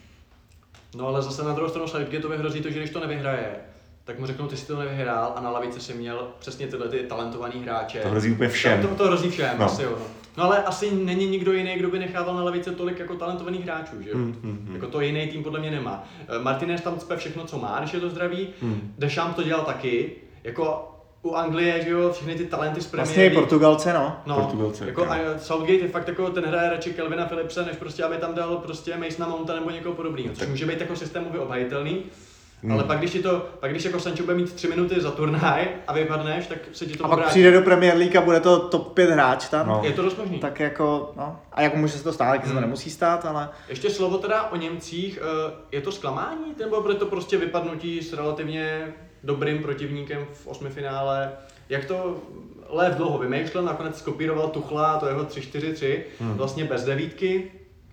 No ale zase na druhou stranu Southgateovi hrozí to, že když to nevyhraje, tak mu řeknou, ty jsi to nevyhrál a na lavici si měl přesně tyhle ty talentovaný hráče. To hrozí úplně všem. To hrozí všem, asi jo. No ale asi není nikdo jiný, kdo by nechával na lavici tolik jako talentovaných hráčů, že jo? Jako to jiný tým podle mě nemá. Martinez tam cpe všechno, co má, když je to zdravý. Deschamps to dělal taky. Jako u Anglie, že jo, všechny ty talenty z Premier League. Vlastně i Portugalce, no. Portugalce, jako Southgate je fakt jako, ten hraje radši Calvina Phillipse, než prostě, aby tam dal prostě Masona Mounta nebo někoho podobného, což může být jako systémově obhajitelný. Ale pak když jako Sancho bude mít 3 minuty za turnaj a vypadneš, tak se ti to obrátí. A pak přijde do Premier League a bude to top 5 hráč tam. No. Je to dost možný. Tak jako, no. A jako může se to stát, se to nemusí stát, ale... Ještě slovo teda o Němcích, je to zklamání, nebo bude to prostě vypadnutí s relativně dobrým protivníkem v 8finále? Jak to Lev dlouho vymýšlel, nakonec skopíroval Tuchla, to jeho 3-4-3, vlastně bez devítky.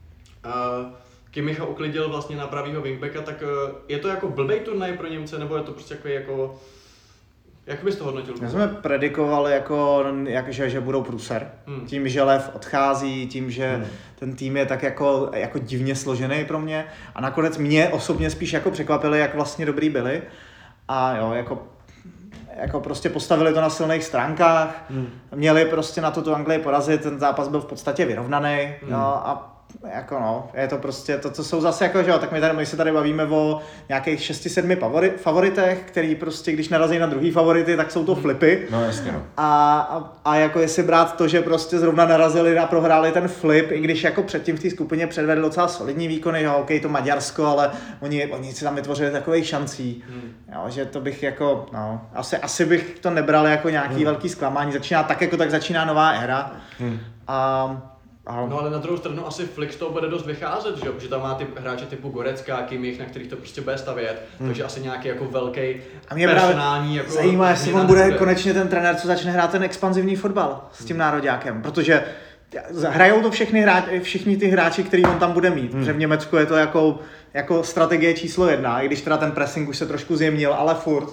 Kimmicha uklidil vlastně na pravýho wingbacka, tak je to jako blbej turnaj pro Němce, nebo je to prostě jako jak bys to hodnotil? My jsme predikovali, že budou průser. Tím, že Lev odchází, tím, že ten tým je tak jako divně složený pro mě. A nakonec mě osobně spíš jako překvapili, jak vlastně dobrý byli. A jo, jako prostě postavili to na silných stránkách. Měli prostě na to tu Anglii porazit, ten zápas byl v podstatě vyrovnaný. A jako no, je to prostě to, co jsou zase jako, že jo, tak my se tady bavíme o nějakých 6-7 favoritech, který prostě, když narazí na druhý favority, tak jsou to flipy. No jasně, no. A jako jestli brát to, že prostě zrovna narazili a prohráli ten flip, i když jako předtím v té skupině předvedli docela solidní výkony, že OK, to Maďarsko, ale oni si tam vytvořili takových šancí, jo, že to bych jako, no, asi bych to nebral jako nějaký velký zklamání, začíná tak jako tak začíná nová éra. No ale na druhou stranu asi Flick z toho bude dost vycházet, že jo? Protože tam má ty hráče typu Gorecka, Kimmich, na kterých to prostě bude stavět, takže asi nějaký jako velký personální jako zajímá, jestli on bude konečně ten trenér, co začne hrát ten expanzivní fotbal s tím nároďákem, protože hrajou to všichni ty hráči, který on tam bude mít, protože v Německu je to jako strategie číslo 1, i když teda ten pressing už se trošku zjemnil, ale furt.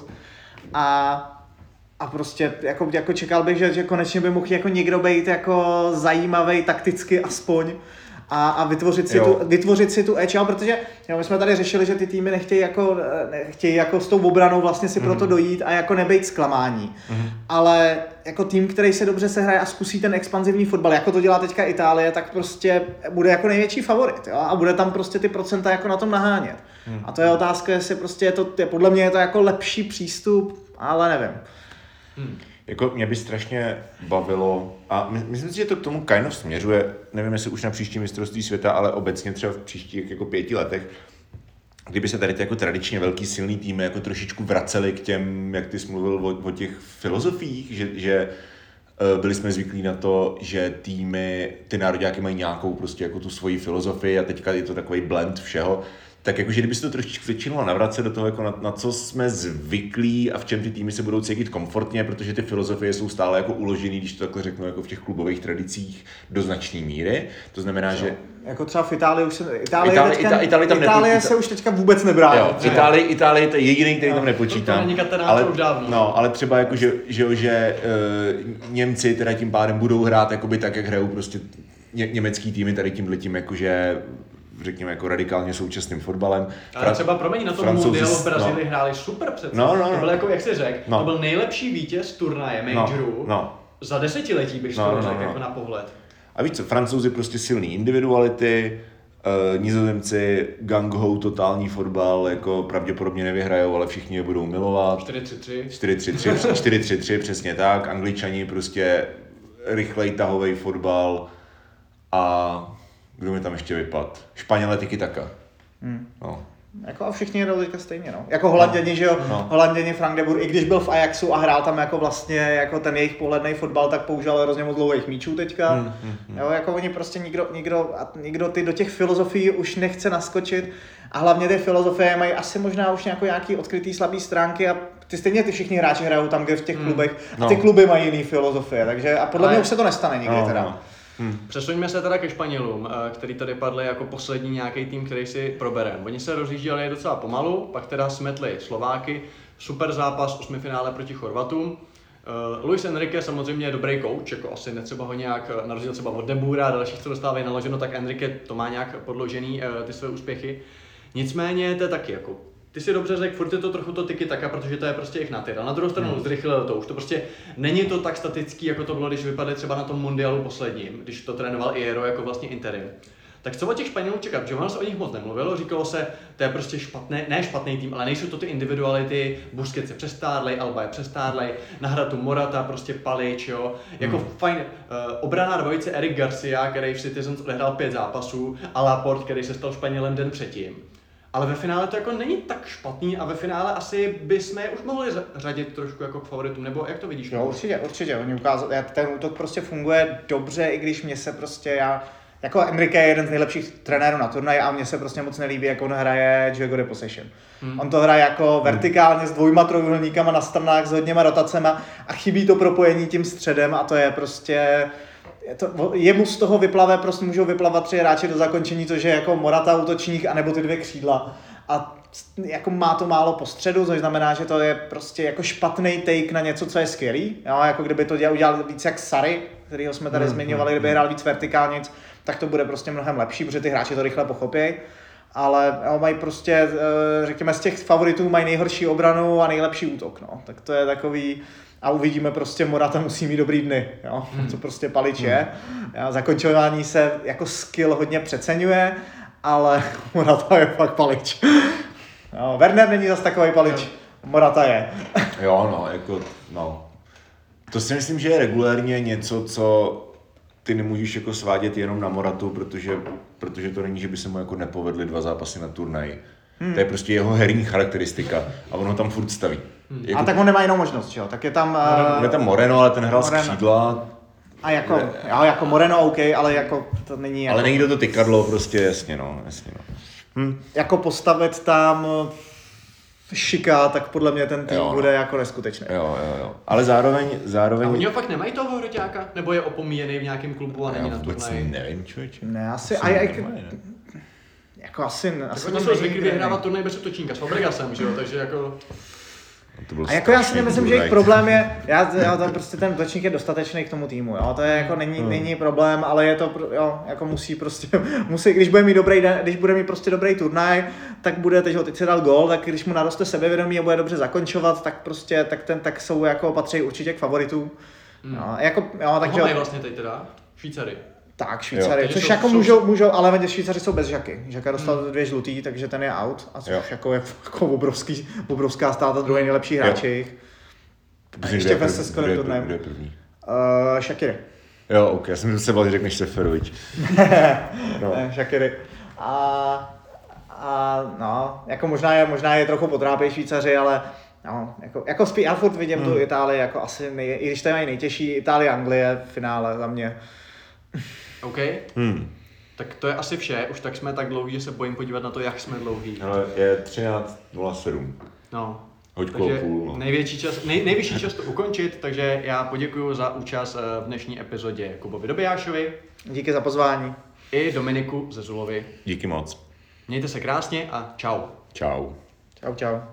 A prostě jako čekal bych, že konečně by mohl jako někdo být jako zajímavý takticky aspoň a vytvořit si tu edge, protože my jsme tady řešili, že ty týmy nechtějí jako s tou obranou vlastně si proto dojít a jako nebejt zklamání. Ale jako tým, který se dobře sehraje a zkusí ten expanzivní fotbal, jako to dělá teďka Itálie, tak prostě bude jako největší favorit, jo? A bude tam prostě ty procenta jako na tom nahánět. A to je otázka, jestli prostě podle mě je to jako lepší přístup, ale nevím. Jako mě by strašně bavilo, a myslím si, že to k tomu kind of směřuje, nevím, jestli už na příští mistrovství světa, ale obecně třeba v příštích jako 5 letech, kdyby se tady ty jako tradičně velký silný týmy jako trošičku vraceli k těm, jak ty jsi mluvil o těch filozofiích, že byli jsme zvyklí na to, že ty nároďáky mají nějakou prostě jako tu svoji filozofii a teďka je to takový blend všeho. Tak jakože kdyby se to trošičku začínalo navracet do toho, jako na co jsme zvyklí a v čem ty týmy se budou cítit komfortně, protože ty filozofie jsou stále jako uložený, když to takhle řeknu, jako v těch klubových tradicích do značné míry. To znamená, že jako třeba v Itálii už se Itálie se už teďka vůbec nebrání. Itálie to je jediný, který tam nepočítám. To není Katenáčo už dávno. Ale třeba jako, že Němci teda tím pádem budou hrát jakoby tak, jak hrajou prostě německý týmy tady tímhletím jakože řekněme jako radikálně současným fotbalem. Ale třeba na tom mundialu v Brazílii hráli super přece. To byl jako, jak jsi řekl, to byl nejlepší vítěz turnaje majoru za desetiletí, bych to řekl jako na pohled. A víš co, Francouzi prostě silný individuality, Nizozemci gang-ho, totální fotbal, jako pravděpodobně nevyhrajou, ale všichni je budou milovat. 4-3-3, přesně tak. Angličani prostě rychlej tahovej fotbal a kdo mi tam ještě vypadl? Španělé tiki-taka. No. Jako a všichni jedou teďka stejně, no. Jako Holanděni, že jo, Holanděni Frank de Boer, i když byl v Ajaxu a hrál tam jako vlastně jako ten jejich pohlednej fotbal, tak používal hrozně moc dlouhých míčů teďka. Jo, jako oni prostě nikdo ty do těch filozofií už nechce naskočit a hlavně ty filozofie mají asi možná už nějaký odkrytý slabý stránky a ty všichni hráči hrajou tam, kde v těch klubech a ty kluby mají jiný filozofie, takže a podle mě už se to nestane nikdy teda. Přesuňme se teda ke Španělům, který tady padli jako poslední nějaký tým, který si probereme. Oni se rozjížděli docela pomalu, pak teda smetli Slováky, super zápas, 8. finále proti Chorvatům. Luis Enrique samozřejmě je dobrý kouč, jako asi netřeba ho nějak, na rozdíl třeba od De Boera a dalších, co dostávají naloženo, tak Enrique to má nějak podložený ty své úspěchy. Nicméně to je taky jako, ty si dobře řekl, furt je to trochu to tiki-taka, protože to je prostě jich natyr. A na druhou stranu zrychlil to už. To prostě není to tak statický, jako to bylo, když vypadli třeba na tom mundialu posledním, když to trénoval Hierro jako vlastně interim. Tak co od těch Španělů čekat? Že ono se o nich moc nemluvilo, říkalo se, to je prostě špatný tým, ale nejsou to ty individuality, Busquets je přestárlej, Alba je přestárlej, na hratu Morata, prostě Palič, jo. Jako fajn, obraná dvojice Eric Garcia, který v Citizens odehrál 5 zápasů, a Laporte, který se stal Španělem den předtím. Ale ve finále to jako není tak špatný a ve finále asi bychom je už mohli řadit trošku jako k favoritům, nebo jak to vidíš? Jo, určitě. Oni ukázali, ten útok prostě funguje dobře, i když mě se prostě jako Enrique je jeden z nejlepších trenérů na turnaji a mně se prostě moc nelíbí, jak on hraje Juego de Possession. On to hraje jako vertikálně s 2 trojúhelníkama na stranách, s hodněma rotacema a chybí to propojení tím středem a to je prostě... Jemu z toho můžou vyplavat 3 hráči do zakončení, což je jako Morata útočník, anebo ty 2 křídla. A jako má to málo postředu, což znamená, že to je prostě jako špatný take na něco, co je skvělý. Jo, jako kdyby to udělal víc jak Sarri, kterýho jsme tady zmiňovali, kdyby hrál víc vertikálnic, tak to bude prostě mnohem lepší, protože ty hráči to rychle pochopí. Ale mají prostě, řekněme, z těch favoritů mají nejhorší obranu a nejlepší útok. No. Tak to je takový... A uvidíme prostě, Morata musí mít dobrý dny, jo? Co prostě Palič je. Zakončování se jako skill hodně přeceňuje, ale Morata je fakt Palič. Jo, Werner není zase takový Palič, Morata je. To si myslím, že je regulérně něco, co ty nemůžeš jako svádět jenom na Moratu, protože to není, že by se mu jako nepovedly 2 zápasy na turnaji. To je prostě jeho herní charakteristika a on ho tam furt staví. A tak on nemá jinou možnost, jo? Tak je tam... Je tam Moreno, ale ten hrál z křídla. A jako, jo, jako Moreno OK, ale jako to není jako... Ale není to tykadlo, prostě jasně no. Jako postavit tam Šika, tak podle mě ten tým bude jako neskutečný. Jo. Ale zároveň... A oni ho fakt nemají toho hroťáka? Nebo je opomíjený v nějakém klubu a není na vůbec turnaji? nevím, člověče. Ne, asi... Jako asi Tak oni jsou zvyklí vyhrávat turnaj bez útočníka s Fabregasem, že jo? Takže jako... A jako já si nemyslím, že jejich problém je, já tam prostě ten útočník je dostatečný k tomu týmu, jo, to je jako není problém, ale je to, jo, jako musí, když bude mít dobrý den, když bude mít prostě dobrý turnaj, tak bude, teď se dal gól, tak když mu naroste sebevědomí a bude dobře zakončovat, tak prostě, tak jsou jako, patří určitě k favoritům. Jo, jako, jo, takže... mají vlastně teď teda? Švýcary. Tak, Švýcary, jo, což jako můžou, ale Švýcaři jsou bez Žaky. Žaka dostal 2 žlutý, takže ten je out. A což jako je jako obrovská státa, druhý nejlepší hráč jejich. A ještě ve se skorým turnajem. Kdo je první? Shaqiri. Jo, ok, já jsem se bál, že řekneš Seferovič. Shaqiri. No, jako možná je trochu potrápějí Švýcaři, ale no, jako spíš, já furt vidím tu Itálii jako asi, i když to mají nejtěžší, Itálie, Anglie v finále za mě. OK. Tak to je asi vše, už tak jsme tak dlouhý, že se bojím podívat na to, jak jsme dlouhý. Ale je 13:07. No. Hoďko Takže půl, no. Nejvyšší čas to ukončit, takže já poděkuji za účast v dnešní epizodě Kubovi Dobijášovi. Díky za pozvání. I Dominiku Zezulovi. Díky moc. Mějte se krásně a čau. Čau. Čau.